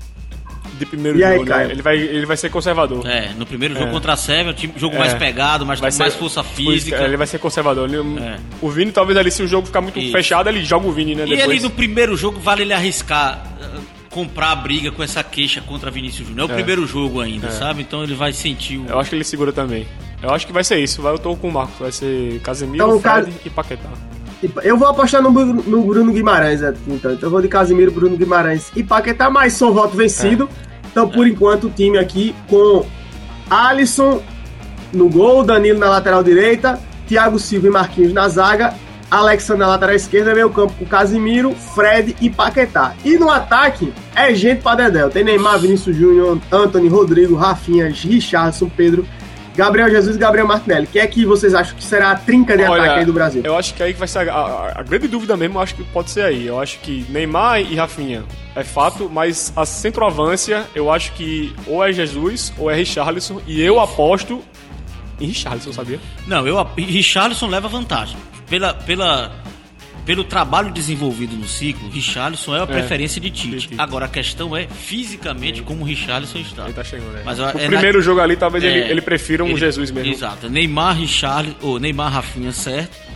De primeiro e jogo, aí, né? Ele vai, ele vai ser conservador. É, no primeiro jogo é. contra a Sérvia, jogo é. mais pegado, mais, ser, mais força física. Ele vai ser conservador. Ele, é. O Vini, talvez ali, se o jogo ficar muito Isso. fechado, ele joga o Vini, né? E depois. ali no primeiro jogo, vale ele arriscar uh, comprar a briga com essa queixa contra Vinícius Júnior. É o é. primeiro jogo ainda, é. sabe? Então ele vai sentir o... Eu acho que ele segura também. Eu acho que vai ser isso. Eu tô com o Marcos. Vai ser Casemiro, então, Fred Cas... e Paquetá. Eu vou apostar no, no Bruno Guimarães, né? Então. então eu vou de Casemiro, Bruno Guimarães e Paquetá, mas sou voto vencido. É. Então, por é. enquanto, o time aqui com Alisson no gol, Danilo na lateral direita, Thiago Silva e Marquinhos na zaga, Alexandre na lateral esquerda, meio campo com Casemiro, Fred e Paquetá. E no ataque, é gente pra dedéu. Tem Neymar, Vinícius Júnior, Antony, Rodrigo, Rafinha, Richarlison, Pedro, Gabriel Jesus e Gabriel Martinelli. Quem é que vocês acham que será a trinca de Olha, ataque aí do Brasil? Eu acho que aí que vai ser a, a, a grande dúvida mesmo, eu acho que pode ser aí. Eu acho que Neymar e Rafinha é fato, mas a centroavância, eu acho que ou é Jesus ou é Richarlison, e eu aposto em Richarlison, sabia? Não, eu Richarlison leva vantagem. Pela, pela, pelo trabalho desenvolvido no ciclo, Richarlison é a é, preferência de Tite. Tite. Agora a questão é fisicamente é. como o Richarlison está. Ele tá chegando, né? Mas, o é primeiro na... jogo ali, talvez é, ele, ele prefira um ele, Jesus mesmo. Exato. Neymar, Richarlison, ou Neymar, Rafinha, certo.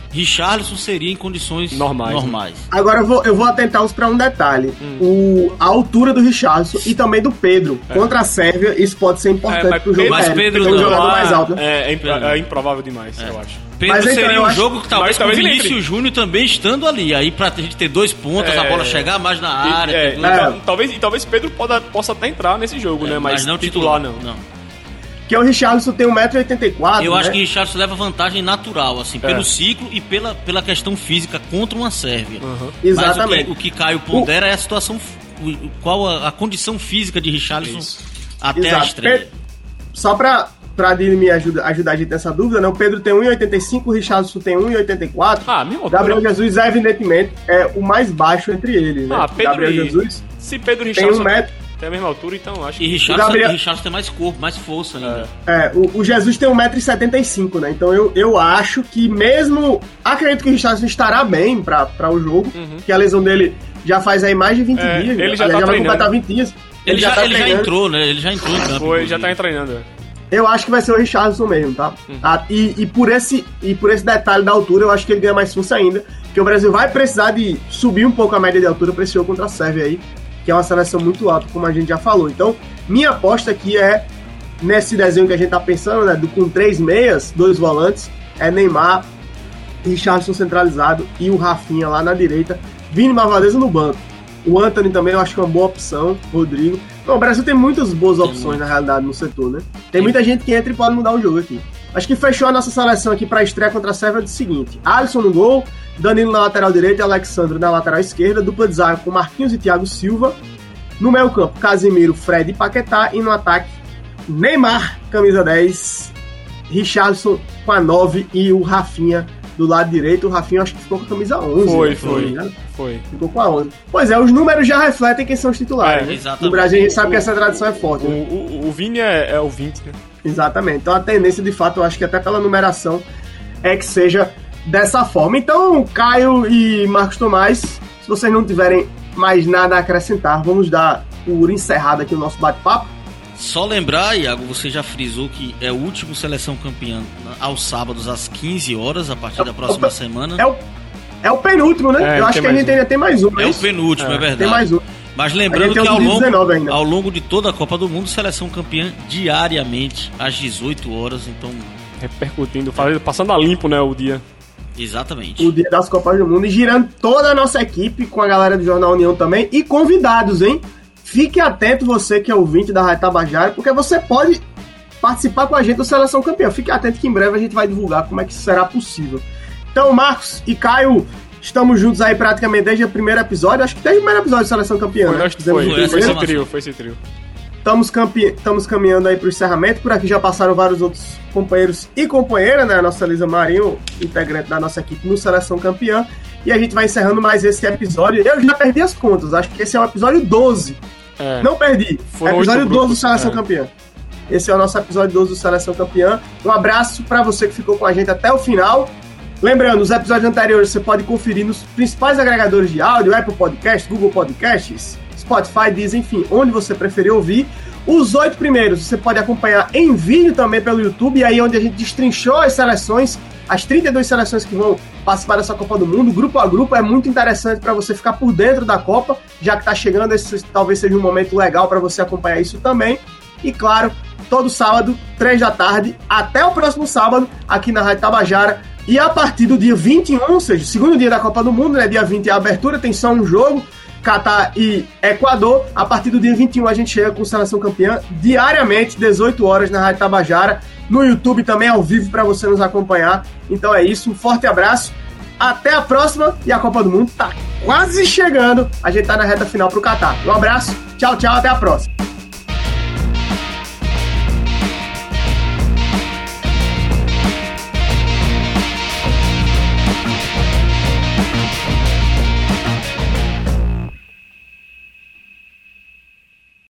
Richarlison seria em condições normais. normais. Né? Agora eu vou, eu vou atentar-os para um detalhe. Hum. O, a altura do Richarlison e também do Pedro. É. Contra a Sérvia, isso pode ser importante é, pro jogo. Mas Pedro tem um jogador mais alto. Né? É, é, imp é improvável demais, é. eu acho. Pedro mas, seria então, um acho... jogo que talvez com o Vinícius Júnior também estando ali. Aí pra gente ter dois pontos, é... a bola chegar mais na área. É, é, é. Talvez, e talvez Pedro poda, possa até entrar nesse jogo, é, né? Mas, mas não titular, titular não. não. Porque o Richarlison tem um metro e oitenta e quatro. Eu né? acho que o Richarlison leva vantagem natural, assim, pelo é. ciclo e pela, pela questão física contra uma Sérvia. Uhum. Exatamente. Mas o que, o que Caio pondera o... é a situação, qual a, a condição física de Richarlison Isso. até Exato. a estreia. Pe... Só pra, pra me ajuda, ajudar a gente nessa dúvida, né? O Pedro tem um e oitenta e cinco, o Richarlison tem um e oitenta e quatro. Ah, meu Gabriel Deus. Jesus, evidentemente, é o mais baixo entre eles, né? Ah, Pedro Gabriel e... Jesus Se Pedro e Richarlison... tem um metro... Tem a mesma altura, então acho que... E Richarlison, Gabriel... Richarlison tem mais corpo, mais força ainda. É, é o, o Jesus tem um metro e setenta e cinco, né? Então eu, eu acho que mesmo... Acredito que o Richarlison estará bem pra, pra o jogo, uhum. que a lesão dele já faz aí mais de vinte é, dias. Ele já, já, tá já vai completar vinte dias. Ele, ele, já, já, tá ele já entrou, né? Ele já entrou em campo. Foi, já tá treinando. É. Eu acho que vai ser o Richarlison mesmo, tá? Uhum. ah, e, e, por esse, e por esse detalhe da altura, eu acho que ele ganha mais força ainda, porque o Brasil vai precisar de subir um pouco a média de altura pra esse jogo contra a Sérvia aí, que é uma seleção muito alta, como a gente já falou. Então, minha aposta aqui é, nesse desenho que a gente tá pensando, né, do, com três meias, dois volantes, é Neymar, Richarlison centralizado e o Rafinha lá na direita, Vini Malvadeza no banco. O Antony também eu acho que é uma boa opção, Rodrigo. Não, o Brasil tem muitas boas opções, na realidade, no setor, né? Tem muita gente que entra e pode mudar o jogo aqui. Acho que fechou a nossa seleção aqui para a estreia contra a Sérvia do seguinte: Alisson no gol, Danilo na lateral direita e Alexandre na lateral esquerda, dupla de zaga com Marquinhos e Thiago Silva. No meio campo, Casemiro, Fred e Paquetá. E no ataque, Neymar, camisa dez, Richarlison com a nove e o Rafinha do lado direito. O Rafinha acho que ficou com a camisa onze. Foi, né? foi, foi. foi. Ficou com a onze. Pois é, os números já refletem quem são os titulares. É, né? Exatamente. No Brasil a gente sabe que essa tradição é forte. O, né? o, o Vini é, é o vinte, né? Exatamente. Então a tendência, de fato, eu acho que até pela numeração é que seja dessa forma. Então, Caio e Marcos Tomás, se vocês não tiverem mais nada a acrescentar, vamos dar por encerrado aqui o nosso bate-papo. Só lembrar, Iago, você já frisou que é o último Seleção Campeã aos sábados às quinze horas, a partir é, da próxima é, semana. É o, é o penúltimo, né? É, eu acho que a gente um. ainda tem mais um. É, é o penúltimo, é, é verdade. Tem mais um. Mas lembrando que ao longo, ao longo de toda a Copa do Mundo, Seleção Campeã diariamente às dezoito horas, então... Repercutindo, passando a limpo, né, o dia. Exatamente. O dia das Copas do Mundo e girando toda a nossa equipe com a galera do Jornal União também e convidados, hein? Fique atento, você que é ouvinte da Rádio Tabajara, porque você pode participar com a gente do Seleção Campeã. Fique atento que em breve a gente vai divulgar como é que isso será possível. Então, Marcos e Caio, estamos juntos aí praticamente desde o primeiro episódio. Acho que desde o primeiro episódio do Seleção Campeã, foi, né? Acho que foi, foi, foi esse trio, foi esse trio. Estamos, campe... Estamos caminhando aí para o encerramento. Por aqui já passaram vários outros companheiros e companheiras, né? A nossa Lisa Marinho, integrante da nossa equipe no Seleção Campeã. E a gente vai encerrando mais esse episódio. Eu já perdi as contas. Acho que esse é o episódio doze. É. Não perdi. Foram episódio doze grupos, do Seleção é. Campeã. Esse é o nosso episódio doze do Seleção Campeã. Um abraço para você que ficou com a gente até o final. Lembrando, os episódios anteriores você pode conferir nos principais agregadores de áudio, Apple Podcasts, Google Podcasts, Spotify, Deezer, enfim, onde você preferir ouvir. Os oito primeiros você pode acompanhar em vídeo também pelo YouTube, e aí onde a gente destrinchou as seleções, as trinta e duas seleções que vão participar dessa Copa do Mundo, grupo a grupo. É muito interessante para você ficar por dentro da Copa, já que está chegando, esse talvez seja um momento legal para você acompanhar isso também. E claro, todo sábado, três da tarde, até o próximo sábado, aqui na Rádio Tabajara. E a partir do dia vinte e um, ou seja, segundo dia da Copa do Mundo, né, dia vinte é a abertura, tem só um jogo, Catar e Equador. A partir do dia vinte e um a gente chega com Seleção Campeã diariamente, dezoito horas na Rádio Tabajara, no YouTube também ao vivo para você nos acompanhar. Então é isso, um forte abraço, até a próxima, e a Copa do Mundo tá quase chegando, a gente tá na reta final pro Catar. Um abraço, tchau, tchau, até a próxima.